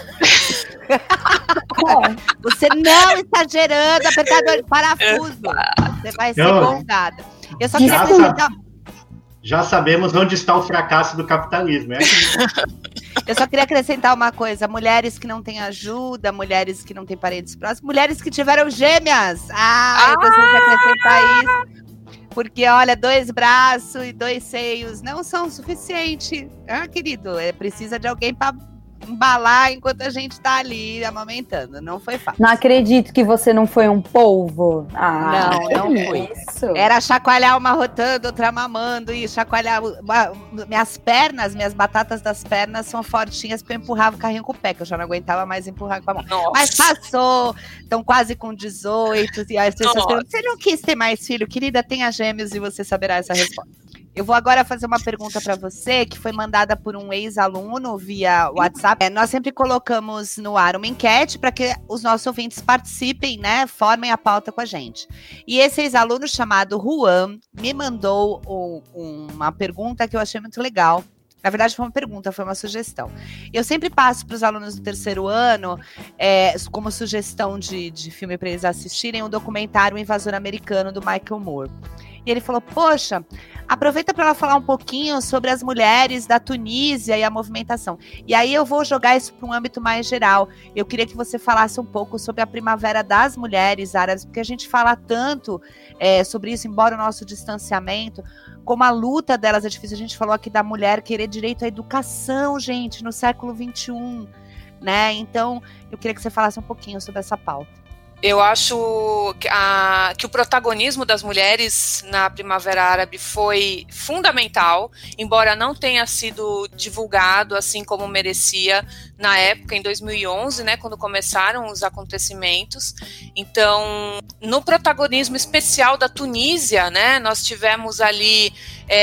[SPEAKER 1] Você não está gerando apertador de parafuso. Você vai ser gongada. Eu só queria
[SPEAKER 3] já sabemos onde está o fracasso do capitalismo.
[SPEAKER 1] Eu só queria acrescentar uma coisa: mulheres que não têm ajuda, mulheres que não têm parentes próximos, mulheres que tiveram gêmeas. Eu gostaria de acrescentar isso. Porque, olha, 2 braços e 2 seios não são suficiente. Querido, precisa de alguém para embalar enquanto a gente tá ali amamentando. Não foi fácil.
[SPEAKER 2] Não acredito que você não foi um polvo.
[SPEAKER 1] Não fui.
[SPEAKER 2] Isso.
[SPEAKER 1] Era chacoalhar uma rotando, outra mamando e chacoalhar minhas pernas, minhas batatas das pernas são fortinhas porque eu empurrava o carrinho com o pé, que eu já não aguentava mais empurrar com a mão.
[SPEAKER 5] Nossa.
[SPEAKER 1] Mas passou, estão quase com 18 e as pessoas perguntam, você não quis ter mais filho? Querida, tenha gêmeos e você saberá essa resposta. Eu vou agora fazer uma pergunta para você, que foi mandada por um ex-aluno via WhatsApp. Nós sempre colocamos no ar uma enquete para que os nossos ouvintes participem, né? Formem a pauta com a gente. E esse ex-aluno chamado Juan me mandou uma pergunta que eu achei muito legal. Na verdade, foi uma pergunta, foi uma sugestão. Eu sempre passo para os alunos do 3º ano, como sugestão de filme para eles assistirem, o documentário O Invasor Americano, do Michael Moore. E ele falou, poxa, aproveita para ela falar um pouquinho sobre as mulheres da Tunísia e a movimentação. E aí eu vou jogar isso para um âmbito mais geral. Eu queria que você falasse um pouco sobre a primavera das mulheres árabes, porque a gente fala tanto sobre isso, embora o nosso distanciamento, como a luta delas é difícil. A gente falou aqui da mulher querer direito à educação, gente, no século XXI, né? Então, eu queria que você falasse um pouquinho sobre essa pauta.
[SPEAKER 5] Eu acho que o protagonismo das mulheres na Primavera Árabe foi fundamental, embora não tenha sido divulgado assim como merecia na época, em 2011, né, quando começaram os acontecimentos. Então, no protagonismo especial da Tunísia, né, nós tivemos ali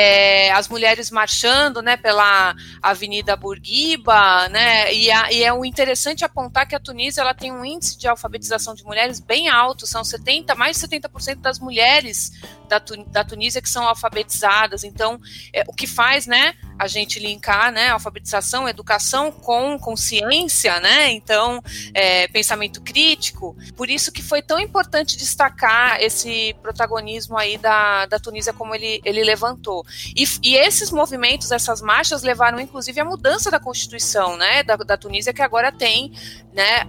[SPEAKER 5] as mulheres marchando, né, pela Avenida Bourguiba, né, e é o interessante apontar que a Tunísia ela tem um índice de alfabetização de mulheres bem alto, são mais de 70% das mulheres da Tunísia que são alfabetizadas. Então, o que faz, né, a gente linkar, né, alfabetização, educação com ciência, né, então, pensamento crítico. Por isso que foi tão importante destacar esse protagonismo aí da Tunísia como ele levantou. E esses movimentos, essas marchas levaram, inclusive, à mudança da Constituição, né, da Tunísia, que agora tem, né,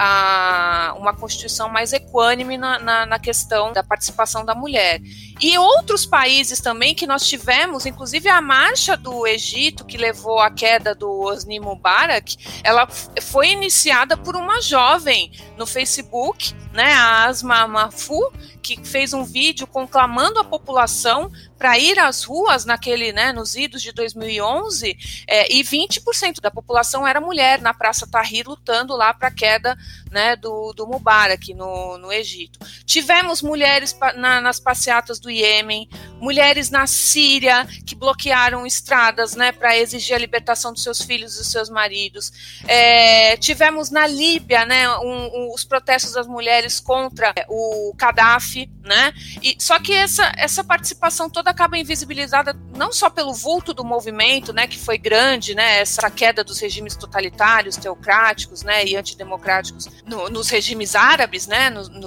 [SPEAKER 5] uma Constituição mais equânime na questão da participação da mulher. E outros países também que nós tivemos, inclusive a marcha do Egito, que levou à queda do Hosni Mubarak, ela foi iniciada por uma jovem no Facebook, né, a Asma Mahfouz, que fez um vídeo conclamando a população para ir às ruas nos idos de 2011, e 20% da população era mulher na Praça Tahrir lutando lá para a queda, né, do Mubarak no Egito. Tivemos mulheres nas passeatas do Iêmen, mulheres na Síria que bloquearam estradas, né, para exigir a libertação dos seus filhos e dos seus maridos. Tivemos na Líbia, né, os protestos das mulheres contra o Gaddafi, né? Só que essa participação toda acaba invisibilizada não só pelo vulto do movimento, né, que foi grande, né, essa queda dos regimes totalitários, teocráticos, né, e antidemocráticos nos regimes árabes, né,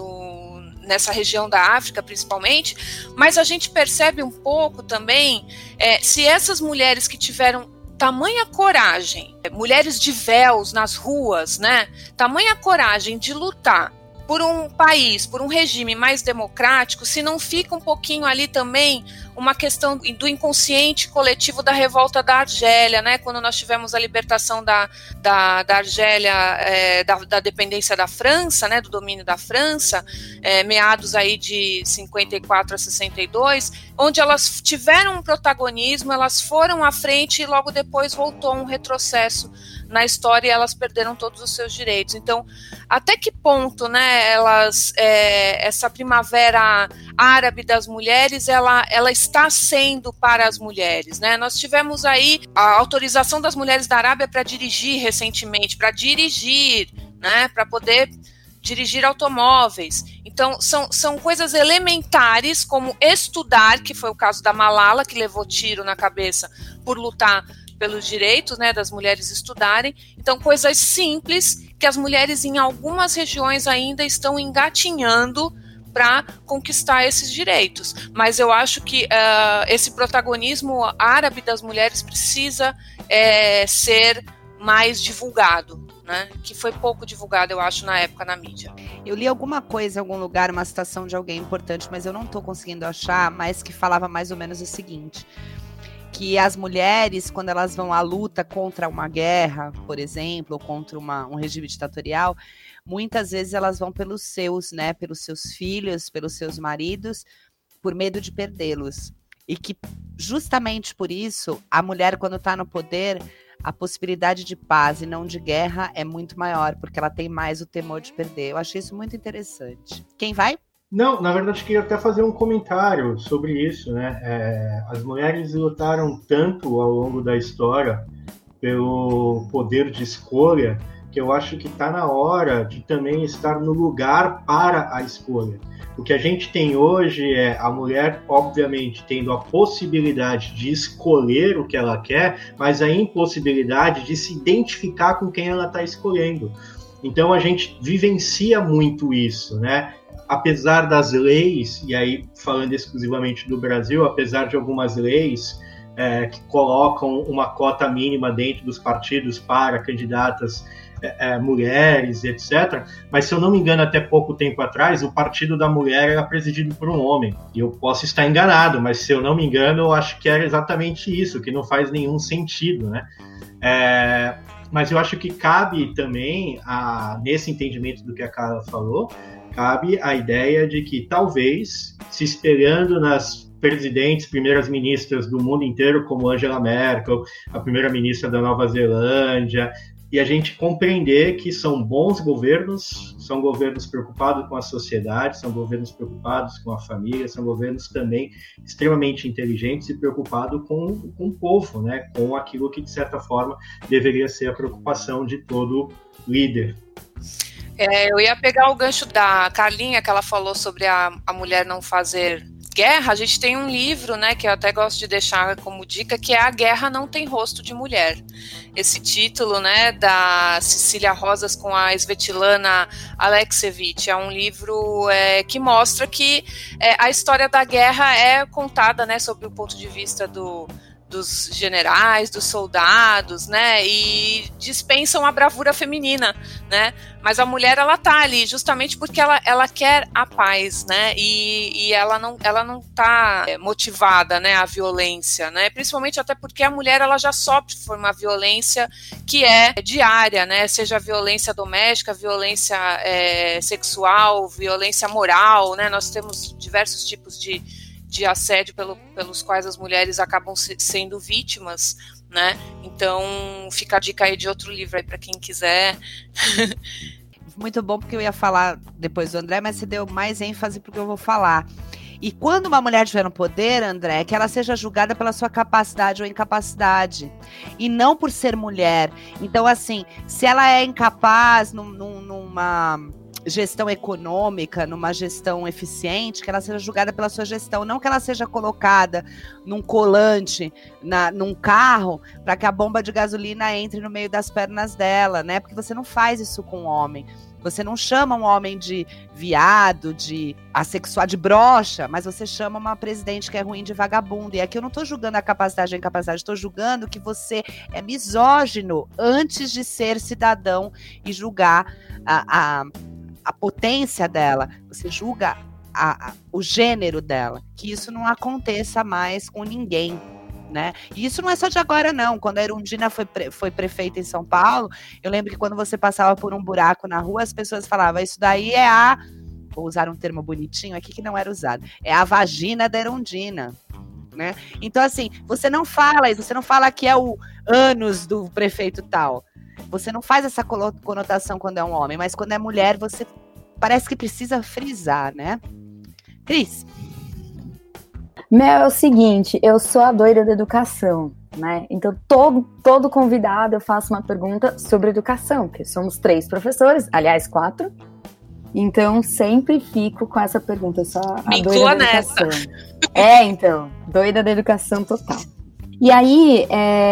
[SPEAKER 5] nessa região da África principalmente, mas a gente percebe um pouco também se essas mulheres que tiveram tamanha coragem, mulheres de véus nas ruas, né, tamanha coragem de lutar por um país, por um regime mais democrático, se não fica um pouquinho ali também uma questão do inconsciente coletivo da revolta da Argélia, né? Quando nós tivemos a libertação da Argélia, da dependência da França, né? Do domínio da França, meados aí de 54 a 62, onde elas tiveram um protagonismo, elas foram à frente e logo depois voltou um retrocesso na história e elas perderam todos os seus direitos. Então, até que ponto, né, essa primavera árabe das mulheres, ela está sendo para as mulheres, né? Nós tivemos aí a autorização das mulheres da Arábia para dirigir recentemente, né, para poder dirigir automóveis. Então, são coisas elementares, como estudar, que foi o caso da Malala, que levou tiro na cabeça por lutar pelos direitos, né, das mulheres estudarem. Então, coisas simples que as mulheres em algumas regiões ainda estão engatinhando para conquistar esses direitos. Mas eu acho que esse protagonismo árabe das mulheres precisa ser mais divulgado, né? Que foi pouco divulgado, eu acho, na época na mídia.
[SPEAKER 1] Eu li alguma coisa em algum lugar, uma citação de alguém importante, mas eu não estou conseguindo achar, mas que falava mais ou menos o seguinte, que as mulheres, quando elas vão à luta contra uma guerra, por exemplo, ou contra um regime ditatorial, muitas vezes elas vão pelos seus, né, pelos seus filhos, pelos seus maridos, por medo de perdê-los. E que, justamente por isso, a mulher, quando está no poder, a possibilidade de paz e não de guerra é muito maior, porque ela tem mais o temor de perder. Eu achei isso muito interessante. Quem vai?
[SPEAKER 3] Não, na verdade, queria até fazer um comentário sobre isso, né? As mulheres lutaram tanto ao longo da história pelo poder de escolha, que eu acho que está na hora de também estar no lugar para a escolha. O que a gente tem hoje é a mulher, obviamente, tendo a possibilidade de escolher o que ela quer, mas a impossibilidade de se identificar com quem ela está escolhendo. Então a gente vivencia muito isso, né? Apesar das leis, e aí falando exclusivamente do Brasil, apesar de algumas leis que colocam uma cota mínima dentro dos partidos para candidatas mulheres, etc. Mas, se eu não me engano, até pouco tempo atrás, o Partido da Mulher era presidido por um homem. E eu posso estar enganado, mas, se eu não me engano, eu acho que era exatamente isso, que não faz nenhum sentido, né? Mas eu acho que cabe também, nesse entendimento do que a Carla falou, cabe a ideia de que talvez, se espelhando nas presidentes, primeiras ministras do mundo inteiro, como Angela Merkel, a primeira-ministra da Nova Zelândia, e a gente compreender que são bons governos, são governos preocupados com a sociedade, são governos preocupados com a família, são governos também extremamente inteligentes e preocupados com o povo, né? Com aquilo que, de certa forma, deveria ser a preocupação de todo líder.
[SPEAKER 5] Eu ia pegar o gancho da Carlinha, que ela falou sobre a mulher não fazer guerra. A gente tem um livro, né, que eu até gosto de deixar como dica, que é A Guerra Não Tem Rosto de Mulher. Esse título, né, da Cecília Rosas com a Svetlana Alexievich, é um livro que mostra que a história da guerra é contada, né, sob o ponto de vista dos generais, dos soldados, né, e dispensam a bravura feminina, né, mas a mulher, ela tá ali justamente porque ela quer a paz, né, e ela não tá motivada, né, à violência, né, principalmente até porque a mulher, ela já sofre por uma violência que é diária, né, seja violência doméstica, violência sexual, violência moral, né, nós temos diversos tipos de assédio pelos quais as mulheres acabam sendo vítimas, né? Então fica a dica aí de outro livro aí para quem quiser.
[SPEAKER 1] Muito bom, porque eu ia falar depois do André, mas você deu mais ênfase porque eu vou falar. E quando uma mulher estiver no poder, André, que ela seja julgada pela sua capacidade ou incapacidade, e não por ser mulher. Então, assim, se ela é incapaz numa gestão econômica, numa gestão eficiente, que ela seja julgada pela sua gestão, não que ela seja colocada num colante, num carro, para que a bomba de gasolina entre no meio das pernas dela, né? Porque você não faz isso com um homem. Você não chama um homem de viado, de assexual, de broxa, mas você chama uma presidente que é ruim de vagabundo. E aqui eu não estou julgando a capacidade ou a incapacidade, estou julgando que você é misógino antes de ser cidadão e julgar a potência dela, você julga o gênero dela, que isso não aconteça mais com ninguém, né? E isso não é só de agora, não. Quando a Erundina foi prefeita em São Paulo, eu lembro que quando você passava por um buraco na rua, as pessoas falavam, isso daí vou usar um termo bonitinho aqui que não era usado, é a vagina da Erundina, né? Então, assim, você não fala isso, você não fala que é o ânus do prefeito tal. Você não faz essa conotação quando é um homem, mas quando é mulher, você parece que precisa frisar, né? Cris?
[SPEAKER 2] É o seguinte, eu sou a doida da educação, né? Então, todo convidado eu faço uma pergunta sobre educação, porque somos 3 professores, aliás, 4. Então, sempre fico com essa pergunta, eu sou a
[SPEAKER 5] Me
[SPEAKER 2] doida
[SPEAKER 5] inclua
[SPEAKER 2] da
[SPEAKER 5] nessa.
[SPEAKER 2] educação. Então, doida da educação total. E aí,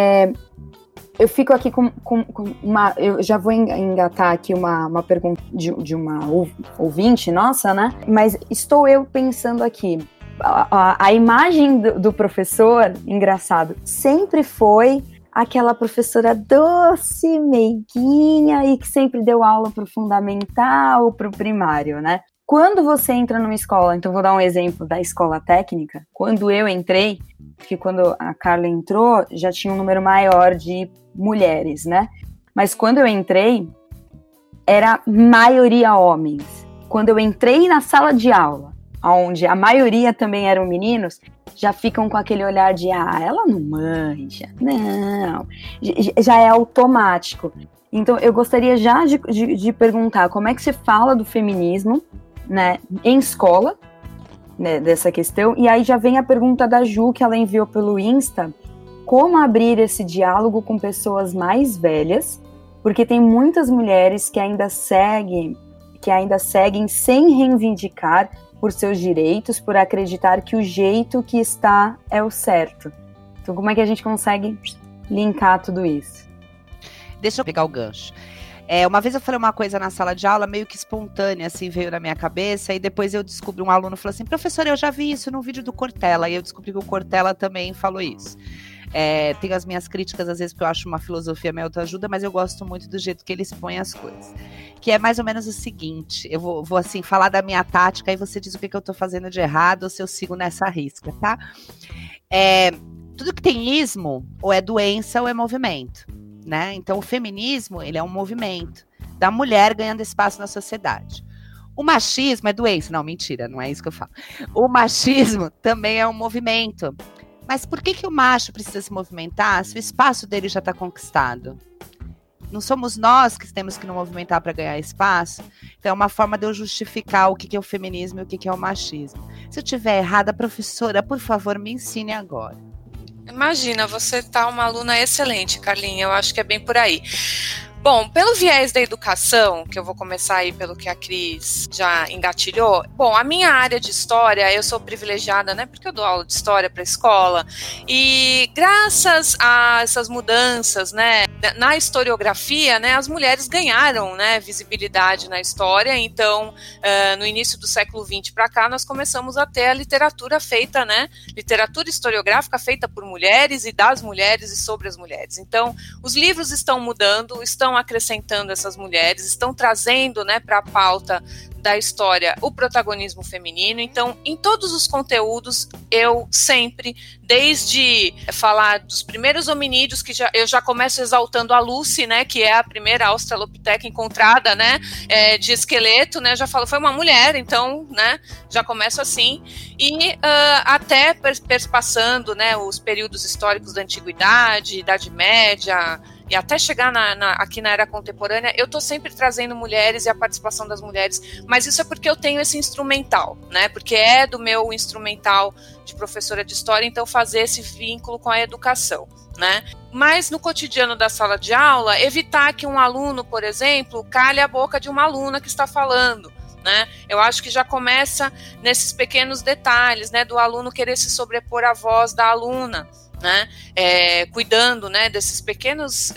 [SPEAKER 2] eu fico aqui com uma... Eu já vou engatar aqui uma pergunta de uma ouvinte nossa, né? Mas estou eu pensando aqui. A imagem do professor, engraçado, sempre foi aquela professora doce, meiguinha e que sempre deu aula para o fundamental, para o primário, né? Quando você entra numa escola, então vou dar um exemplo da escola técnica, quando eu entrei, porque quando a Carla entrou, já tinha um número maior de mulheres, né? Mas quando eu entrei, era maioria homens. Quando eu entrei na sala de aula, onde a maioria também eram meninos, já ficam com aquele olhar de, ela não manja, não, já é automático. Então, eu gostaria já de perguntar como é que se fala do feminismo, né, em escola, né, dessa questão, e aí já vem a pergunta da Ju, que ela enviou pelo Insta, como abrir esse diálogo com pessoas mais velhas, porque tem muitas mulheres que ainda seguem sem reivindicar por seus direitos, por acreditar que o jeito que está é o certo. Então, como é que a gente consegue linkar tudo isso?
[SPEAKER 1] Deixa eu pegar o gancho. Uma vez eu falei uma coisa na sala de aula, meio que espontânea, assim, veio na minha cabeça, e depois eu descobri, um aluno falou assim, professora, eu já vi isso num vídeo do Cortella, e eu descobri que o Cortella também falou isso. Tenho as minhas críticas, às vezes, porque eu acho uma filosofia meio autoajuda, mas eu gosto muito do jeito que ele expõe as coisas. Que é mais ou menos o seguinte, eu vou assim, falar da minha tática, e você diz o que eu tô fazendo de errado, ou se eu sigo nessa risca, tá? Tudo que tem ismo, ou é doença, ou é movimento, né? Então, o feminismo, ele é um movimento da mulher ganhando espaço na sociedade. O machismo é doença. Não, mentira, não é isso que eu falo. O machismo também é um movimento. Mas por que o macho precisa se movimentar se o espaço dele já está conquistado? Não somos nós que temos que nos movimentar para ganhar espaço? Então é uma forma de eu justificar o que é o feminismo e o que é o machismo. Se eu estiver errada, professora, por favor, me ensine agora.
[SPEAKER 5] Imagina, você tá uma aluna excelente, Carlinha, eu acho que é bem por aí. Bom, pelo viés da educação, que eu vou começar aí pelo que a Cris já engatilhou, bom, a minha área de história, eu sou privilegiada, né, porque eu dou aula de história para a escola, e graças a essas mudanças, né, na historiografia, né, as mulheres ganharam, né, visibilidade na história, então, no início do século XX para cá, nós começamos a ter a literatura feita, né, literatura historiográfica feita por mulheres e das mulheres e sobre as mulheres. Então, os livros estão mudando, estão acrescentando essas mulheres, estão trazendo, né, para a pauta da história o protagonismo feminino. Então, em todos os conteúdos, eu sempre, desde falar dos primeiros hominídeos, que eu já começo exaltando a Lucy, né, que é a primeira australopiteca encontrada, né, de esqueleto, né, já falo, foi uma mulher, então, né, já começo assim, e até perpassando, né, os períodos históricos da Antiguidade, Idade Média, e até chegar aqui na era contemporânea, eu estou sempre trazendo mulheres e a participação das mulheres, mas isso é porque eu tenho esse instrumental, né? Porque é do meu instrumental de professora de história, então fazer esse vínculo com a educação, né? Mas no cotidiano da sala de aula, evitar que um aluno, por exemplo, calhe a boca de uma aluna que está falando, né? Eu acho que já começa nesses pequenos detalhes, né? Do aluno querer se sobrepor à voz da aluna, né? Cuidando, né, desses pequenos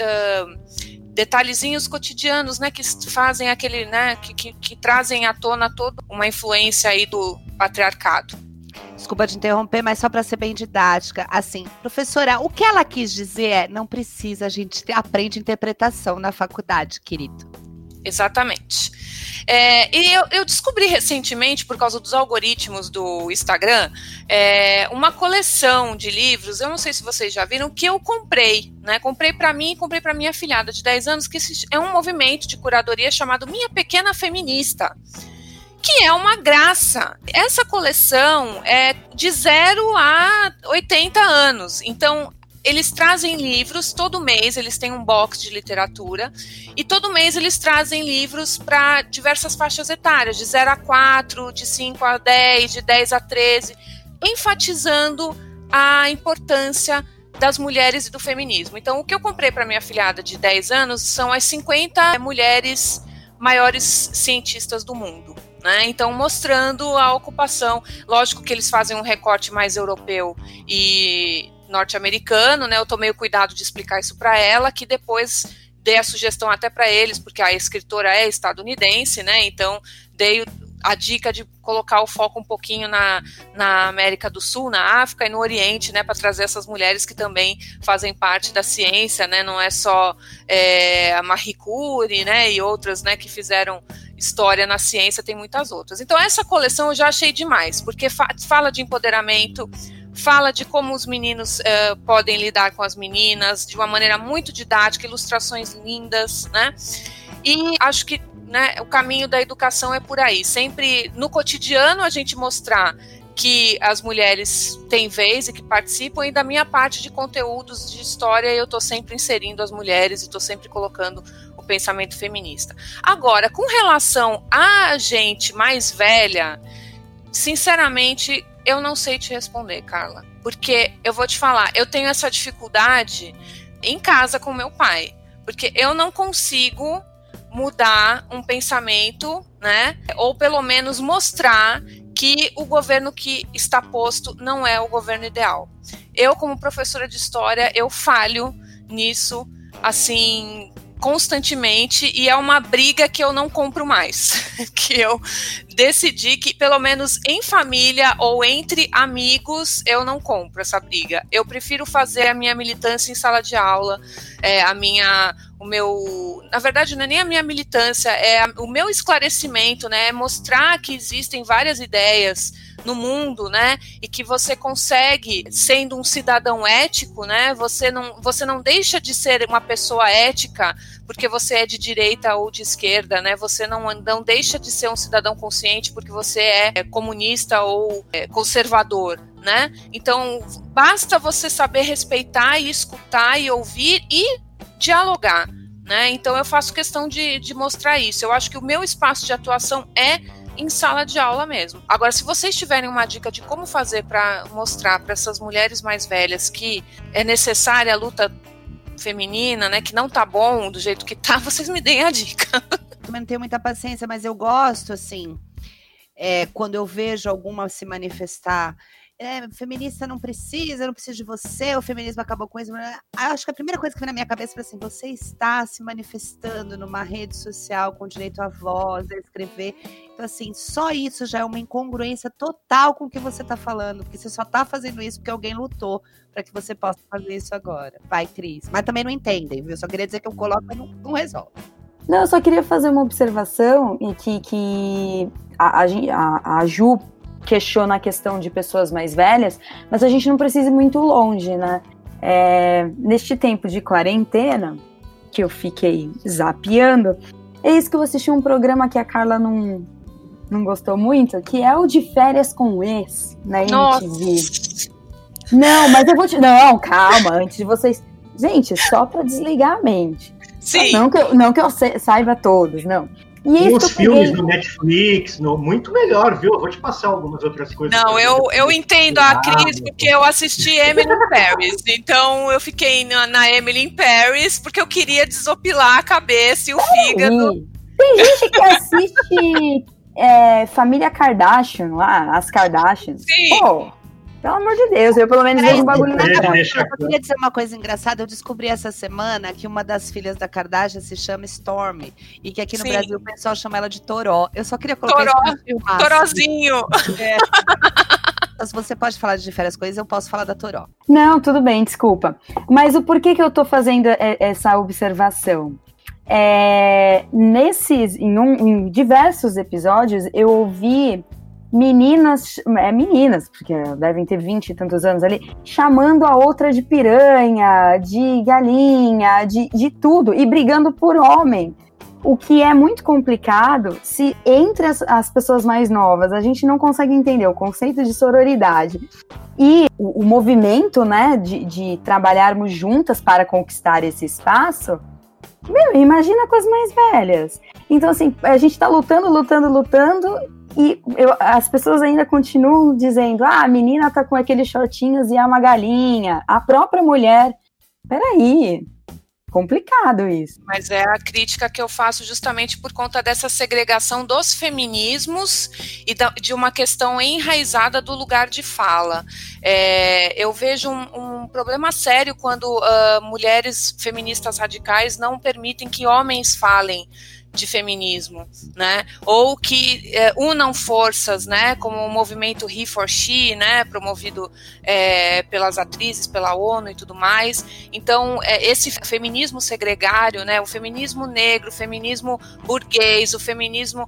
[SPEAKER 5] detalhezinhos cotidianos, né, que fazem aquele, né, que trazem à tona toda uma influência aí do patriarcado.
[SPEAKER 1] Desculpa te interromper, mas só para ser bem didática, assim, professora, o que ela quis dizer é, não precisa, a gente aprende interpretação na faculdade, querido.
[SPEAKER 5] Exatamente. E eu descobri recentemente, por causa dos algoritmos do Instagram, uma coleção de livros, eu não sei se vocês já viram, que eu comprei, né? Comprei para mim e comprei para minha afilhada de 10 anos, que é um movimento de curadoria chamado Minha Pequena Feminista, que é uma graça. Essa coleção é de 0 a 80 anos, então eles trazem livros, todo mês eles têm um box de literatura, e todo mês eles trazem livros para diversas faixas etárias, de 0 a 4, de 5 a 10, de 10 a 13, enfatizando a importância das mulheres e do feminismo. Então, o que eu comprei para minha afilhada de 10 anos são as 50 mulheres maiores cientistas do mundo, né? Então, mostrando a ocupação. Lógico que eles fazem um recorte mais europeu e norte-americano, né? Eu tomei o cuidado de explicar isso para ela, que depois dei a sugestão até para eles, porque a escritora é estadunidense, né? Então dei a dica de colocar o foco um pouquinho na América do Sul, na África e no Oriente, né, para trazer essas mulheres que também fazem parte da ciência, né, não é só a Marie Curie, né, e outras, né, que fizeram história na ciência, tem muitas outras. Então essa coleção eu já achei demais, porque fala de empoderamento, fala de como os meninos podem lidar com as meninas, de uma maneira muito didática, ilustrações lindas, né, e acho que, né, o caminho da educação é por aí, sempre no cotidiano a gente mostrar que as mulheres têm vez e que participam, e da minha parte de conteúdos de história eu estou sempre inserindo as mulheres e estou sempre colocando o pensamento feminista. Agora, com relação a gente mais velha, sinceramente, eu não sei te responder, Carla, porque eu vou te falar, eu tenho essa dificuldade em casa com meu pai, porque eu não consigo mudar um pensamento, né? Ou pelo menos mostrar que o governo que está posto não é o governo ideal. Eu, como professora de história, eu falho nisso, assim, constantemente, e é uma briga que eu não compro mais, que eu decidi que, pelo menos em família ou entre amigos, eu não compro essa briga. Eu prefiro fazer a minha militância em sala de aula, na verdade não é nem a minha militância, o meu esclarecimento, né, é mostrar que existem várias ideias no mundo, né, e que você consegue, sendo um cidadão ético, né, você não deixa de ser uma pessoa ética porque você é de direita ou de esquerda, né, você não deixa de ser um cidadão consciente porque você é comunista ou conservador, né, então basta você saber respeitar e escutar e ouvir e dialogar, né, então eu faço questão de mostrar isso. Eu acho que o meu espaço de atuação é em sala de aula mesmo. Agora, se vocês tiverem uma dica de como fazer para mostrar para essas mulheres mais velhas que é necessária a luta feminina, né, que não tá bom do jeito que tá, vocês me deem a dica.
[SPEAKER 1] Também não tenho muita paciência, mas eu gosto, assim, quando eu vejo alguma se manifestar, feminista não precisa de você, o feminismo acabou com isso. Acho que a primeira coisa que vem na minha cabeça é assim, você está se manifestando numa rede social com direito à voz, a escrever. Então, assim, só isso já é uma incongruência total com o que você está falando, porque você só está fazendo isso porque alguém lutou para que você possa fazer isso agora. Vai, Cris. Mas também não entendem, viu? Só queria dizer que eu coloco e não resolve.
[SPEAKER 2] Não, eu só queria fazer uma observação e que a Ju questiona a questão de pessoas mais velhas, mas a gente não precisa ir muito longe, né? Neste tempo de quarentena, que eu fiquei zapeando, eis que eu assisti um programa que a Carla não gostou muito, que é o de Férias com o Ex, na MTV.
[SPEAKER 5] Nossa.
[SPEAKER 2] Não, mas eu vou te... Não, calma, antes de vocês... Gente, só pra desligar a mente.
[SPEAKER 5] Sim.
[SPEAKER 2] Não que eu saiba todos, não. E
[SPEAKER 3] os filmes no Netflix, muito melhor, viu? Eu vou te passar algumas outras coisas.
[SPEAKER 5] Não, eu entendo a Cris, porque eu assisti Emily in Paris. Então eu fiquei na Emily in Paris porque eu queria desopilar a cabeça e o fígado.
[SPEAKER 2] Tem gente que assiste Família Kardashian lá, as Kardashians.
[SPEAKER 5] Sim.
[SPEAKER 2] Pô, pelo amor de Deus, eu pelo menos vejo um bagulho na cara.
[SPEAKER 1] Eu queria dizer uma coisa engraçada, eu descobri essa semana que uma das filhas da Kardashian se chama Stormy, e que aqui no Brasil o pessoal chama ela de Toró. Eu só queria colocar isso no
[SPEAKER 5] Torozinho.
[SPEAKER 2] É.
[SPEAKER 1] Se você pode falar de Férias Coisas, eu posso falar da Toró.
[SPEAKER 2] Não, tudo bem, desculpa. Mas o porquê que eu tô fazendo essa observação? Em diversos episódios, eu ouvi meninas, porque devem ter 20 e tantos anos ali, chamando a outra de piranha, de galinha, de tudo, e brigando por homem. O que é muito complicado se entre as pessoas mais novas a gente não consegue entender o conceito de sororidade e o movimento, né, de trabalharmos juntas para conquistar esse espaço. Imagina com as mais velhas. Então, assim, a gente tá lutando, e as pessoas ainda continuam dizendo, a menina tá com aqueles shortinhos e é uma galinha. A própria mulher, peraí, complicado isso.
[SPEAKER 5] Mas é a crítica que eu faço justamente por conta dessa segregação dos feminismos e de uma questão enraizada do lugar de fala. Eu vejo um problema sério quando mulheres feministas radicais não permitem que homens falem de feminismo, né? Ou que unam forças, né? Como o movimento He for She, né? Promovido pelas atrizes, pela ONU e tudo mais. Então, esse feminismo segregário, né? O feminismo negro, o feminismo burguês, o feminismo...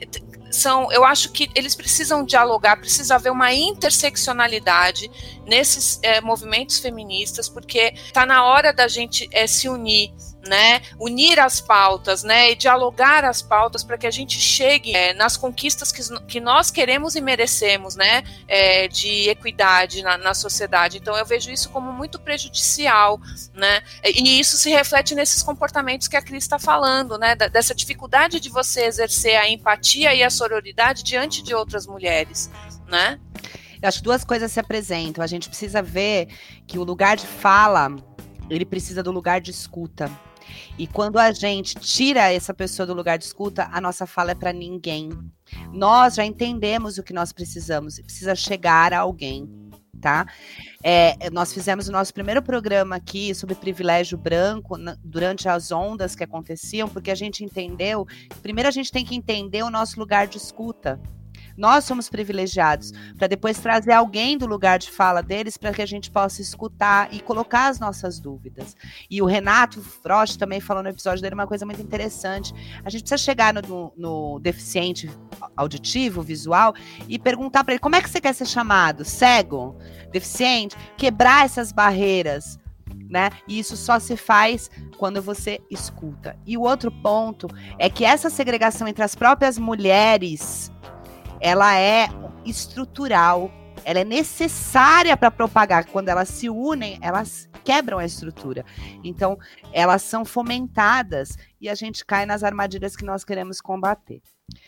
[SPEAKER 5] eu acho que eles precisam dialogar, precisa haver uma interseccionalidade nesses movimentos feministas, porque está na hora da gente se unir, né, unir as pautas, né, e dialogar as pautas para que a gente chegue nas conquistas que nós queremos e merecemos, né, de equidade na sociedade. Então eu vejo isso como muito prejudicial, né, e isso se reflete nesses comportamentos que a Cris está falando, né, dessa dificuldade de você exercer a empatia e a sororidade diante de outras mulheres, né.
[SPEAKER 1] Eu acho que duas coisas se apresentam. A gente precisa ver que o lugar de fala, ele precisa do lugar de escuta. E quando a gente tira essa pessoa do lugar de escuta, a nossa fala é para ninguém. Nós já entendemos o que nós precisamos e precisa chegar a alguém, tá? Nós fizemos o nosso primeiro programa aqui sobre privilégio branco durante as ondas que aconteciam, porque a gente entendeu que primeiro a gente tem que entender o nosso lugar de escuta. Nós somos privilegiados, para depois trazer alguém do lugar de fala deles para que a gente possa escutar e colocar as nossas dúvidas. E o Renato Frost também falou no episódio dele uma coisa muito interessante. A gente precisa chegar no deficiente auditivo, visual, e perguntar para ele, como é que você quer ser chamado? Cego? Deficiente? Quebrar essas barreiras, né? E isso só se faz quando você escuta. E o outro ponto é que essa segregação entre as próprias mulheres, ela é estrutural, ela é necessária para propagar. Quando elas se unem, elas quebram a estrutura. Então, elas são fomentadas e a gente cai nas armadilhas que nós queremos combater.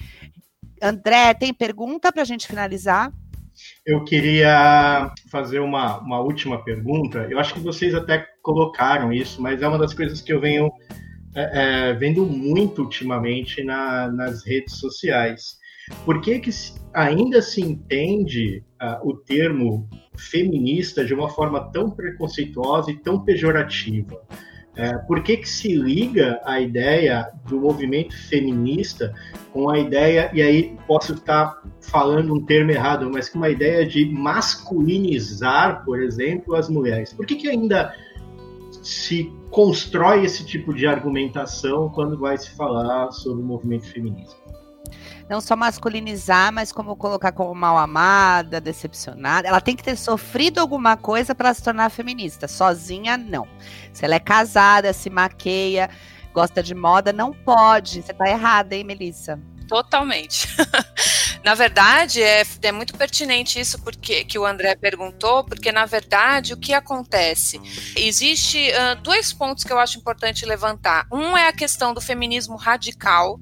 [SPEAKER 1] André, tem pergunta para a gente finalizar?
[SPEAKER 3] Eu queria fazer uma última pergunta. Eu acho que vocês até colocaram isso, mas é uma das coisas que eu venho vendo muito ultimamente nas redes sociais. Por que ainda se entende o termo feminista de uma forma tão preconceituosa e tão pejorativa? Por que se liga a ideia do movimento feminista com a ideia, e aí posso estar falando um termo errado, mas com uma ideia de masculinizar, por exemplo, as mulheres? Por que ainda se constrói esse tipo de argumentação quando vai se falar sobre o movimento feminista?
[SPEAKER 1] Não só masculinizar, mas como colocar como mal amada, decepcionada. Ela tem que ter sofrido alguma coisa para se tornar feminista. Sozinha, não. Se ela é casada, se maqueia, gosta de moda, não pode. Você tá errada, hein, Melissa?
[SPEAKER 5] Totalmente. Na verdade, é muito pertinente isso que o André perguntou, porque, na verdade, o que acontece? Existe 2 pontos que eu acho importante levantar. Um é a questão do feminismo radical,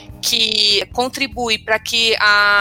[SPEAKER 5] que contribui para que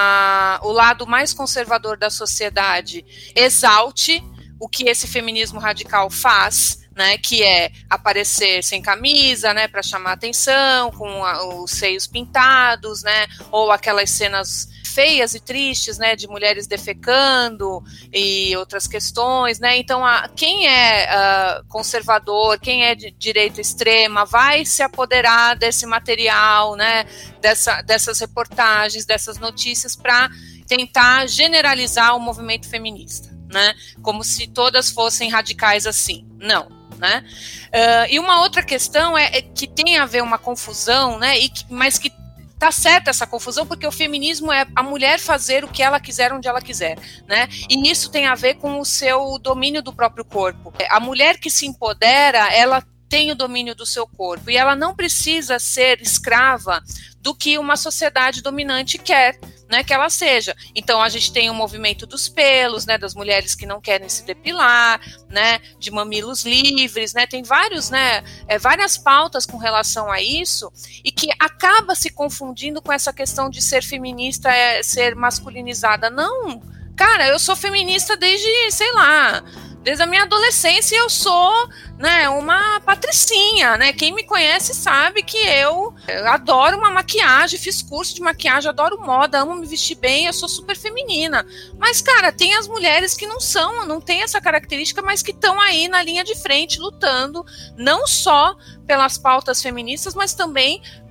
[SPEAKER 5] o lado mais conservador da sociedade exalte o que esse feminismo radical faz, né, que é aparecer sem camisa, né, para chamar atenção, com os seios pintados, né, ou aquelas cenas feias e tristes, né, de mulheres defecando e outras questões, né, então quem é conservador, quem é de direita extrema, vai se apoderar desse material, né, dessas reportagens, dessas notícias para tentar generalizar o movimento feminista, né, como se todas fossem radicais assim, não, né, e uma outra questão é que tem a ver uma confusão, né, mas que tá certa essa confusão, porque o feminismo é a mulher fazer o que ela quiser, onde ela quiser, né? E nisso tem a ver com o seu domínio do próprio corpo. A mulher que se empodera, ela tem o domínio do seu corpo e ela não precisa ser escrava do que uma sociedade dominante quer, né, que ela seja. Então a gente tem o movimento dos pelos, né, das mulheres que não querem se depilar, né, de mamilos livres, né, tem vários, né, várias pautas com relação a isso e que acaba se confundindo com essa questão de ser feminista, ser masculinizada. Não, cara, eu sou feminista desde, sei lá, desde a minha adolescência eu sou, né, uma patricinha, né? Quem me conhece sabe que eu adoro uma maquiagem, fiz curso de maquiagem, adoro moda, amo me vestir bem, eu sou super feminina. Mas, cara, tem as mulheres que não têm essa característica, mas que estão aí na linha de frente, lutando, não só pelas pautas feministas, mas também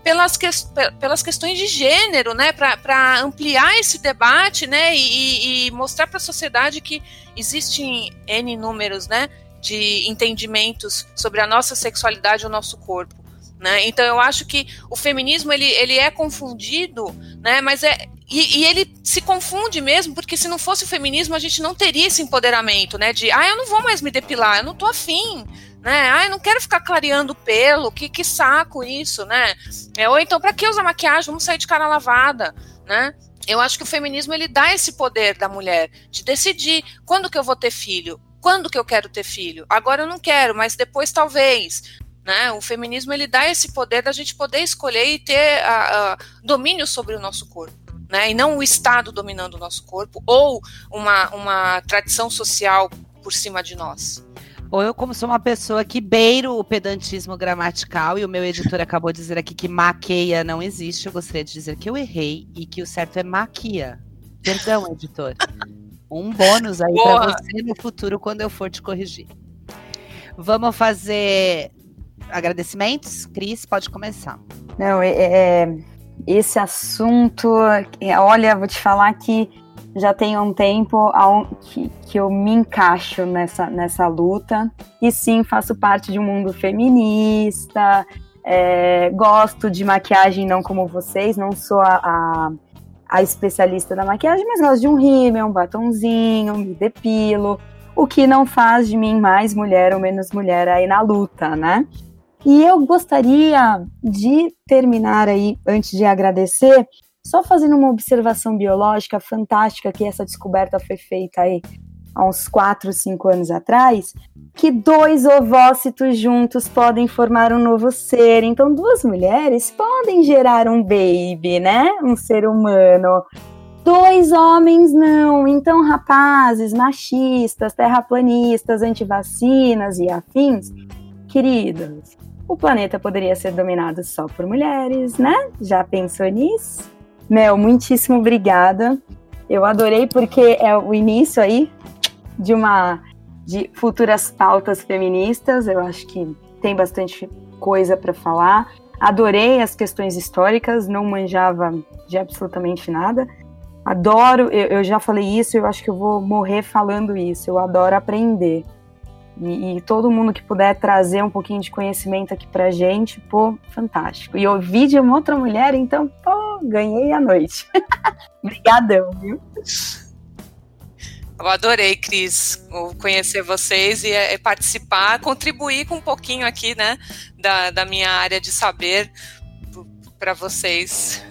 [SPEAKER 5] pelas questões de gênero, né, para ampliar esse debate, né, e mostrar para a sociedade que existem N números, né, de entendimentos sobre a nossa sexualidade, o nosso corpo, né? Então eu acho que o feminismo ele é confundido, né, mas e ele se confunde mesmo, porque se não fosse o feminismo a gente não teria esse empoderamento, né, de eu não vou mais me depilar, eu não tô afim, né? Eu não quero ficar clareando o pelo, que saco isso, né? Ou então, para que usar maquiagem? Vamos sair de cara lavada, né? Eu acho que o feminismo, ele dá esse poder da mulher de decidir quando que eu vou ter filho, quando que eu quero ter filho. Agora eu não quero, mas depois talvez, né? O feminismo, ele dá esse poder da gente poder escolher e ter domínio sobre o nosso corpo, né? E não o Estado dominando o nosso corpo ou uma tradição social por cima de nós.
[SPEAKER 1] Ou eu, como sou uma pessoa que beiro o pedantismo gramatical, e o meu editor acabou de dizer aqui que maqueia não existe, eu gostaria de dizer que eu errei e que o certo é maquia. Perdão, editor. Um bônus aí para você no futuro, quando eu for te corrigir. Vamos fazer agradecimentos? Cris, pode começar.
[SPEAKER 2] Não, esse assunto, olha, vou te falar que já tem um tempo que eu me encaixo nessa luta. E sim, faço parte de um mundo feminista. Gosto de maquiagem, não como vocês. Não sou a especialista da maquiagem, mas gosto de um rímel, um batonzinho, me depilo. O que não faz de mim mais mulher ou menos mulher aí na luta, né? E eu gostaria de terminar aí, antes de agradecer, só fazendo uma observação biológica fantástica, que essa descoberta foi feita aí há uns 4, 5 anos atrás, que 2 ovócitos juntos podem formar um novo ser. Então, 2 mulheres podem gerar um baby, né? Um ser humano. 2 homens não. Então, rapazes, machistas, terraplanistas, antivacinas e afins, queridos, o planeta poderia ser dominado só por mulheres, né? Já pensou nisso? Mel, muitíssimo obrigada. Eu adorei porque é o início aí de futuras pautas feministas. Eu acho que tem bastante coisa para falar. Adorei as questões históricas, não manjava de absolutamente nada. Adoro, eu já falei isso, eu acho que eu vou morrer falando isso. Eu adoro aprender. E todo mundo que puder trazer um pouquinho de conhecimento aqui pra gente, pô, fantástico. E ouvir de uma outra mulher, então, pô, ganhei a noite. Obrigadão, viu?
[SPEAKER 5] Eu adorei, Cris, conhecer vocês e participar, contribuir com um pouquinho aqui, né, da minha área de saber para vocês.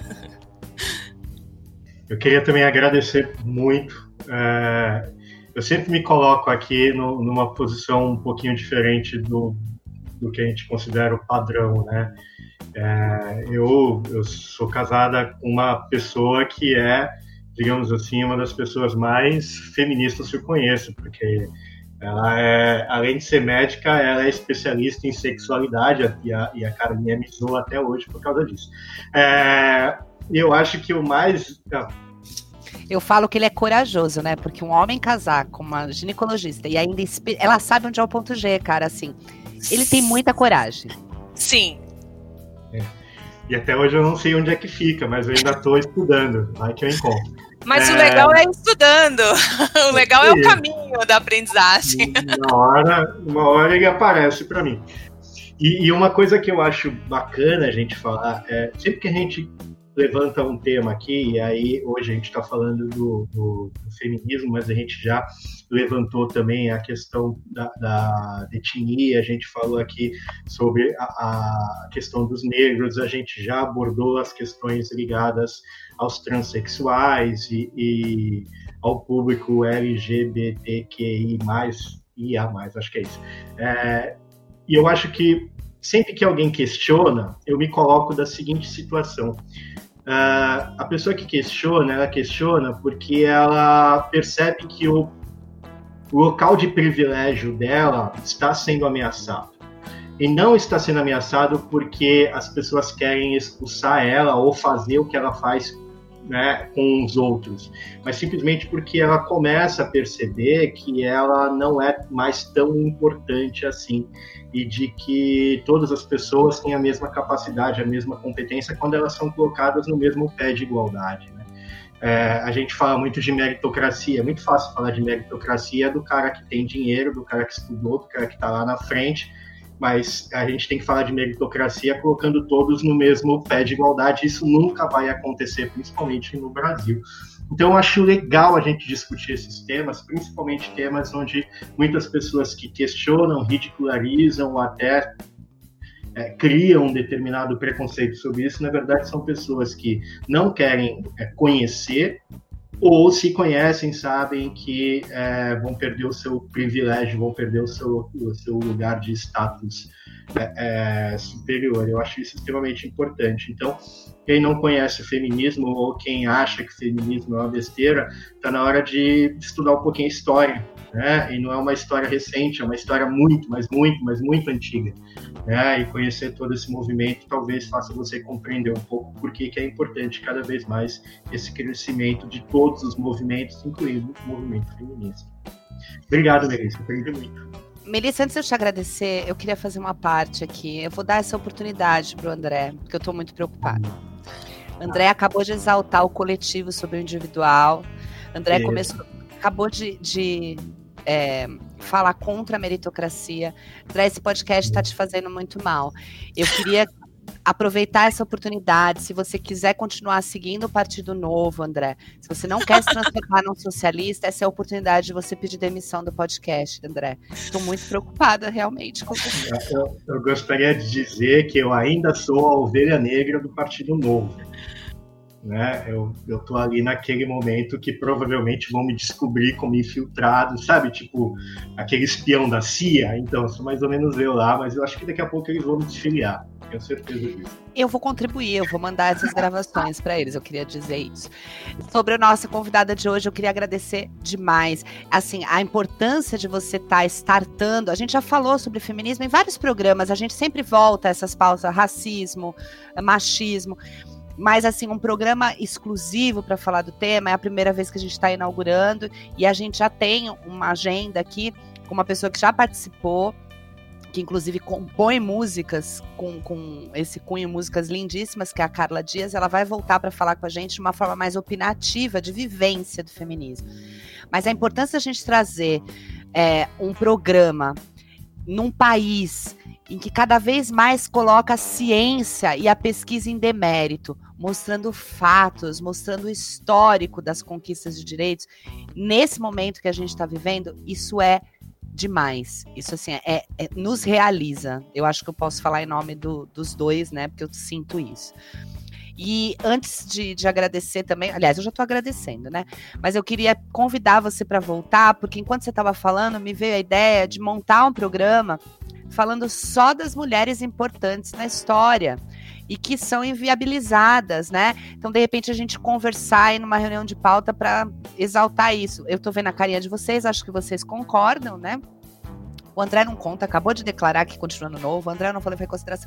[SPEAKER 3] Eu queria também agradecer muito. Eu sempre me coloco aqui numa posição um pouquinho diferente do que a gente considera o padrão, né? Eu sou casada com uma pessoa que é, digamos assim, uma das pessoas mais feministas que eu conheço, porque ela além de ser médica, ela é especialista em sexualidade, e a Carminha me zoa até hoje por causa disso. Eu acho que o mais...
[SPEAKER 1] Eu falo que ele é corajoso, né? Porque um homem casar com uma ginecologista e ainda ela sabe onde é o ponto G, cara, assim. Ele tem muita coragem.
[SPEAKER 5] Sim.
[SPEAKER 3] E até hoje eu não sei onde é que fica, mas eu ainda estou estudando. Vai que eu encontro.
[SPEAKER 5] Mas o legal é estudando. O legal é o caminho da aprendizagem.
[SPEAKER 3] Uma hora ele aparece para mim. E uma coisa que eu acho bacana a gente falar sempre que a gente levanta um tema aqui, e aí hoje a gente está falando do feminismo, mas a gente já levantou também a questão da etnia, a gente falou aqui sobre a questão dos negros, a gente já abordou as questões ligadas aos transexuais e ao público LGBTQI+, acho que é isso. E eu acho que sempre que alguém questiona, eu me coloco da seguinte situação. A pessoa que questiona, ela questiona porque ela percebe que o local de privilégio dela está sendo ameaçado. E não está sendo ameaçado porque as pessoas querem expulsar ela ou fazer o que ela faz né, com os outros, mas simplesmente porque ela começa a perceber que ela não é mais tão importante assim, e de que todas as pessoas têm a mesma capacidade, a mesma competência quando elas são colocadas no mesmo pé de igualdade, né? A gente fala muito de meritocracia, é muito fácil falar de meritocracia do cara que tem dinheiro, do cara que estudou, do cara que está lá na frente, mas a gente tem que falar de meritocracia colocando todos no mesmo pé de igualdade. Isso nunca vai acontecer, principalmente no Brasil. Então, eu acho legal a gente discutir esses temas, principalmente temas onde muitas pessoas que questionam, ridicularizam ou até criam um determinado preconceito sobre isso, na verdade são pessoas que não querem conhecer, ou se conhecem, sabem que vão perder o seu privilégio, vão perder o seu lugar de status superior. Eu acho isso extremamente importante. Então, quem não conhece o feminismo, ou quem acha que o feminismo é uma besteira, está na hora de estudar um pouquinho a história, né? E não é uma história recente, é uma história muito antiga, né? E conhecer todo esse movimento talvez faça você compreender um pouco por que é importante cada vez mais esse crescimento de todos os movimentos, incluindo o movimento feminista. Obrigado, Melissa, aprendi muito.
[SPEAKER 1] Melissa, antes de eu te agradecer, eu queria fazer uma parte aqui. Eu vou dar essa oportunidade para o André, porque eu estou muito preocupada. André acabou de exaltar o coletivo sobre o individual. André acabou de falar contra a meritocracia. André, esse podcast está te fazendo muito mal. Eu queria aproveitar essa oportunidade. Se você quiser continuar seguindo o Partido Novo, André, se você não quer se transformar num socialista, essa é a oportunidade de você pedir demissão do podcast, André. Estou muito preocupada realmente com você.
[SPEAKER 3] Eu gostaria de dizer que eu ainda sou a ovelha negra do Partido Novo, né? Eu tô ali naquele momento que provavelmente vão me descobrir como infiltrado, sabe? Tipo, aquele espião da CIA. Então, sou mais ou menos eu lá, mas eu acho que daqui a pouco eles vão me desfiliar. Tenho certeza disso.
[SPEAKER 1] Eu vou contribuir, eu vou mandar essas gravações para eles, eu queria dizer isso. Sobre a nossa convidada de hoje, eu queria agradecer demais. Assim, a importância de você estar startando. A gente já falou sobre feminismo em vários programas, a gente sempre volta a essas pautas, racismo, machismo. Mas, assim, um programa exclusivo para falar do tema, é a primeira vez que a gente está inaugurando, e a gente já tem uma agenda aqui com uma pessoa que já participou, que inclusive compõe músicas com esse cunho, músicas lindíssimas, que é a Carla Dias. Ela vai voltar para falar com a gente de uma forma mais opinativa, de vivência do feminismo. Mas a importância da gente trazer um programa num país em que cada vez mais coloca a ciência e a pesquisa em demérito, mostrando fatos, mostrando o histórico das conquistas de direitos, nesse momento que a gente está vivendo, isso é demais. Isso, assim, nos realiza. Eu acho que eu posso falar em nome dos dois, né, porque eu sinto isso. E antes de agradecer também, aliás, eu já estou agradecendo, né? Mas eu queria convidar você para voltar, porque enquanto você estava falando, me veio a ideia de montar um programa falando só das mulheres importantes na história e que são inviabilizadas, né? Então, de repente, a gente conversar aí numa reunião de pauta para exaltar isso. Eu estou vendo a carinha de vocês, acho que vocês concordam, né? O André não conta, acabou de declarar que continua no Novo, o André não falou em consideração.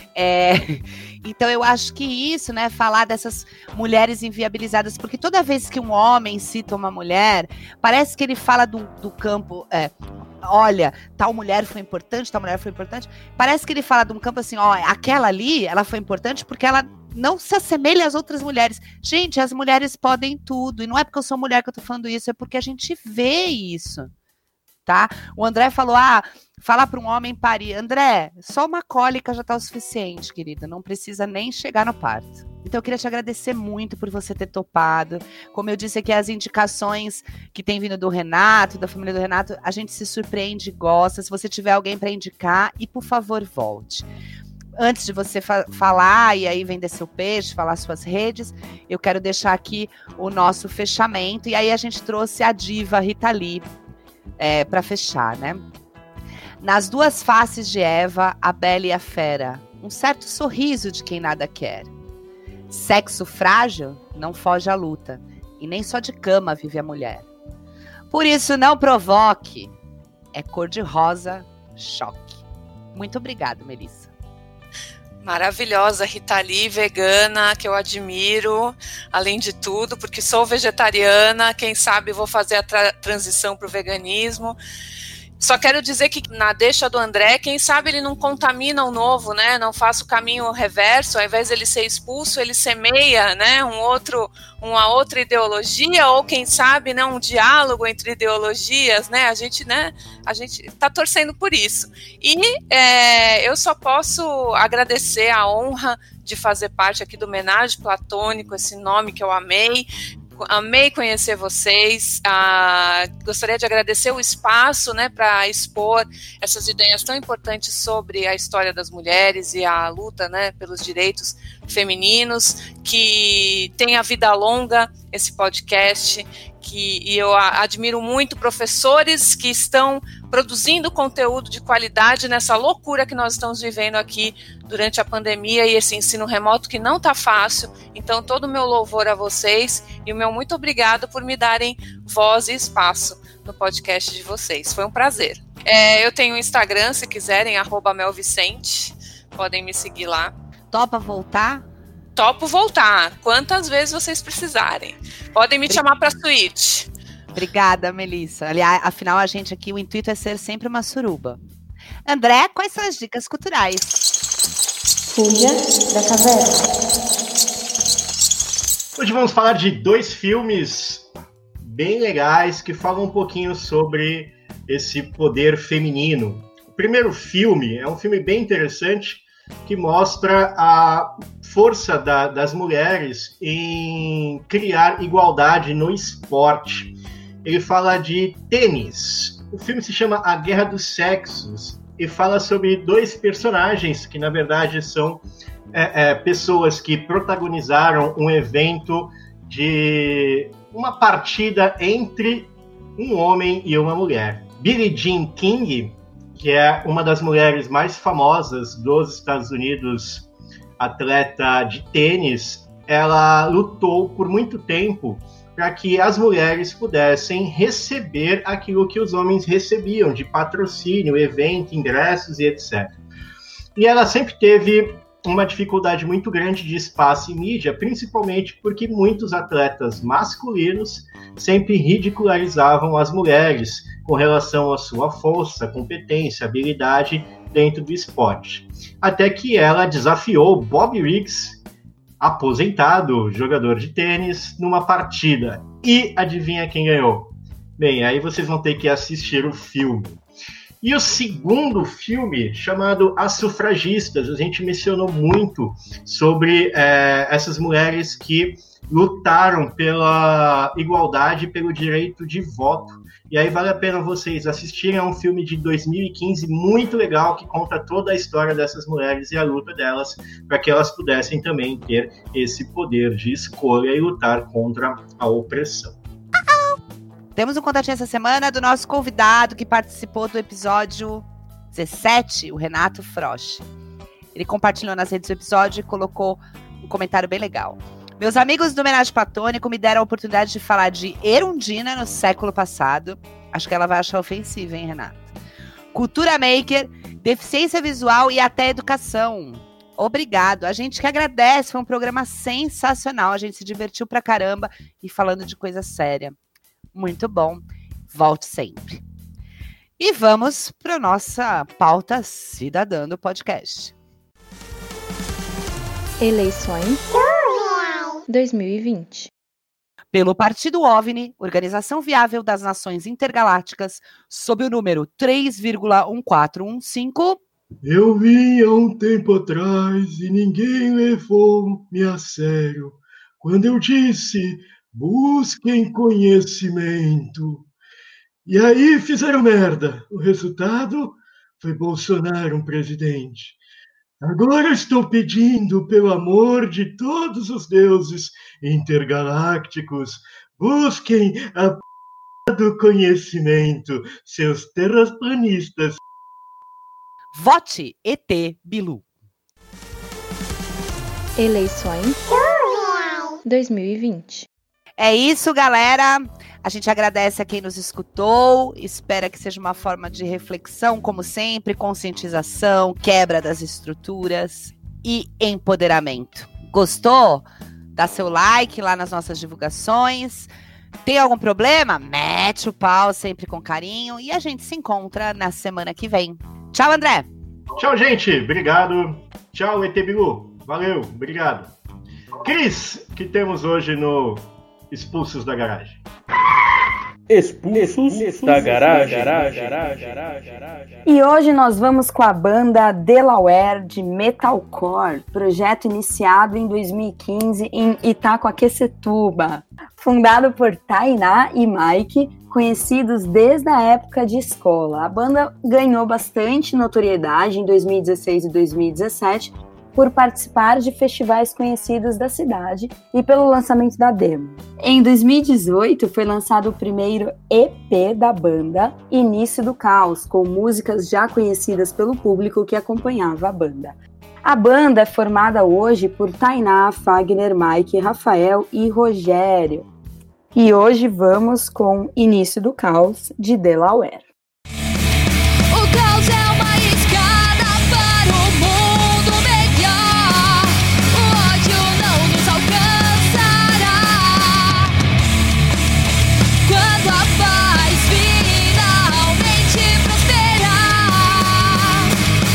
[SPEAKER 1] Então eu acho que isso, né, falar dessas mulheres inviabilizadas, porque toda vez que um homem cita uma mulher, parece que ele fala do campo, olha, tal mulher foi importante, parece que ele fala de um campo assim, ó, aquela ali, ela foi importante porque ela não se assemelha às outras mulheres. Gente, as mulheres podem tudo, e não é porque eu sou mulher que eu tô falando isso, é porque a gente vê isso. Tá? O André falou, fala para um homem parir. André, só uma cólica já tá o suficiente, querida, não precisa nem chegar no parto. Então eu queria te agradecer muito por você ter topado. Como eu disse aqui, as indicações que tem vindo do Renato, da família do Renato, a gente se surpreende e gosta. Se você tiver alguém para indicar, e por favor, volte. Antes de você falar e aí vender seu peixe, falar suas redes, eu quero deixar aqui o nosso fechamento. E aí a gente trouxe a diva Rita Lee para fechar, né? Nas duas faces de Eva, a bela e a fera, um certo sorriso de quem nada quer. Sexo frágil não foge à luta, e nem só de cama vive a mulher. Por isso não provoque, é cor-de-rosa choque. Muito obrigada, Melissa.
[SPEAKER 5] Maravilhosa Rita Lee, vegana, que eu admiro, além de tudo, porque sou vegetariana, quem sabe vou fazer a transição para o veganismo. Só quero dizer que na deixa do André, quem sabe ele não contamina o novo, né? Não faça o caminho reverso, ao invés de ele ser expulso, ele semeia, né? Uma outra ideologia, ou quem sabe, né? Um diálogo entre ideologias, né? A gente está torcendo por isso. E eu só posso agradecer a honra de fazer parte aqui do Homenagem Platônico, esse nome que eu amei. Amei conhecer vocês, gostaria de agradecer o espaço, né, para expor essas ideias tão importantes sobre a história das mulheres e a luta, né, pelos direitos femininos, que tenha vida longa esse podcast, e eu admiro muito professores que estão produzindo conteúdo de qualidade nessa loucura que nós estamos vivendo aqui durante a pandemia e esse ensino remoto que não está fácil. Então, todo o meu louvor a vocês e o meu muito obrigado por me darem voz e espaço no podcast de vocês. Foi um prazer. Eu tenho um Instagram, se quiserem, @melvicente. Podem me seguir lá.
[SPEAKER 1] Topa voltar?
[SPEAKER 5] Topo voltar, quantas vezes vocês precisarem. Podem me chamar para a suíte.
[SPEAKER 1] Obrigada, Melissa. Aliás, afinal, a gente aqui, o intuito é ser sempre uma suruba. André, quais são as dicas culturais?
[SPEAKER 2] Fuga da Caverna.
[SPEAKER 3] Hoje vamos falar de 2 filmes bem legais que falam um pouquinho sobre esse poder feminino. O primeiro filme é um filme bem interessante que mostra a força das mulheres em criar igualdade no esporte. Ele fala de tênis. O filme se chama A Guerra dos Sexos e fala sobre 2 personagens que, na verdade, são pessoas que protagonizaram um evento de uma partida entre um homem e uma mulher. Billie Jean King, que é uma das mulheres mais famosas dos Estados Unidos, atleta de tênis, ela lutou por muito tempo para que as mulheres pudessem receber aquilo que os homens recebiam, de patrocínio, evento, ingressos e etc. E ela sempre teve uma dificuldade muito grande de espaço e mídia, principalmente porque muitos atletas masculinos sempre ridicularizavam as mulheres com relação à sua força, competência, habilidade dentro do esporte. Até que ela desafiou Bobby Riggs, aposentado jogador de tênis, numa partida. E adivinha quem ganhou? Bem, aí vocês vão ter que assistir o filme. E o segundo filme, chamado As Sufragistas, a gente mencionou muito sobre essas mulheres que lutaram pela igualdade e pelo direito de voto. E aí vale a pena vocês assistirem a um filme de 2015 muito legal que conta toda a história dessas mulheres e a luta delas para que elas pudessem também ter esse poder de escolha e lutar contra a opressão.
[SPEAKER 1] Temos um contatinho essa semana do nosso convidado que participou do episódio 17, o Renato Frosch. Ele compartilhou nas redes do episódio e colocou um comentário bem legal. Meus amigos do Homenagem Platônico me deram a oportunidade de falar de Erundina no século passado. Acho que ela vai achar ofensiva, hein, Renato? Cultura maker, deficiência visual e até educação. Obrigado. A gente que agradece, foi um programa sensacional. A gente se divertiu pra caramba e falando de coisa séria. Muito bom. Volte sempre. E vamos para nossa pauta cidadã do podcast.
[SPEAKER 6] Eleições 2020.
[SPEAKER 1] Pelo Partido OVNI, Organização Viável das Nações Intergalácticas, sob o número 3,1415.
[SPEAKER 3] Eu vim há um tempo atrás e ninguém levou-me a sério quando eu disse: busquem conhecimento. E aí fizeram merda. O resultado foi Bolsonaro, um presidente. Agora estou pedindo, pelo amor de todos os deuses intergalácticos, busquem a p... do conhecimento, seus terraplanistas.
[SPEAKER 1] Vote ET Bilu.
[SPEAKER 6] Eleições 2020.
[SPEAKER 1] É isso, galera. A gente agradece a quem nos escutou. Espera que seja uma forma de reflexão, como sempre, conscientização, quebra das estruturas. e empoderamento. Gostou? Dá seu like lá nas nossas divulgações. Tem algum problema? Mete o pau sempre com carinho e a gente se encontra na semana que vem. Tchau, André!
[SPEAKER 3] Tchau, gente! Obrigado! Tchau, ET Bilu! Valeu! Obrigado! Cris, que temos hoje no Expulsos da Garagem?
[SPEAKER 7] Expulsos da Garagem.
[SPEAKER 2] E hoje nós vamos com a banda Delaware de Metalcore, projeto iniciado em 2015 em Itacoaquecetuba. Fundado por Tainá e Mike, conhecidos desde a época de escola. A banda ganhou bastante notoriedade em 2016 e 2017 por participar de festivais conhecidos da cidade e pelo lançamento da demo. Em 2018 foi lançado o primeiro EP da banda, Início do Caos, com músicas já conhecidas pelo público que acompanhava a banda. A banda é formada hoje por Tainá, Fagner, Mike, Rafael e Rogério. E hoje vamos com Início do Caos, de Delaware.
[SPEAKER 8] O caos é uma escada para o mundo melhor. O ódio não nos alcançará. Quando a paz finalmente prosperar.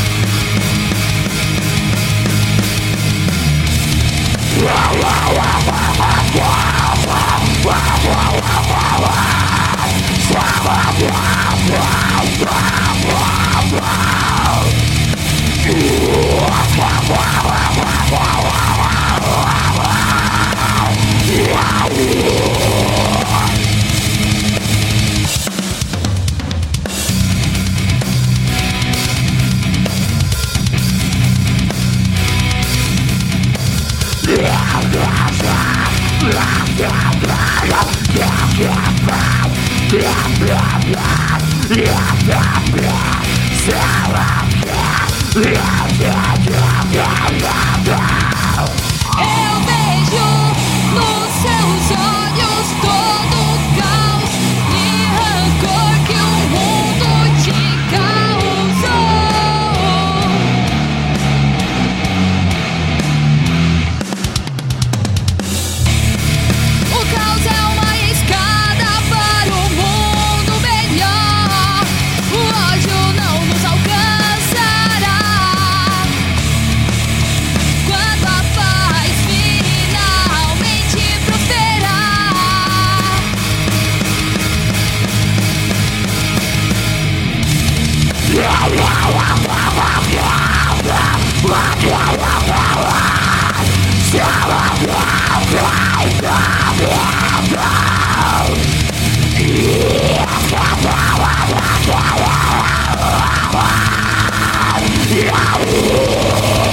[SPEAKER 8] Eu vejo nos seus olhos todo o caos e rancor que o mundo te causou. O caos é uma escada para o mundo melhor. O ódio não nos alcançará. Quando a paz finalmente prosperar.
[SPEAKER 9] Yeah.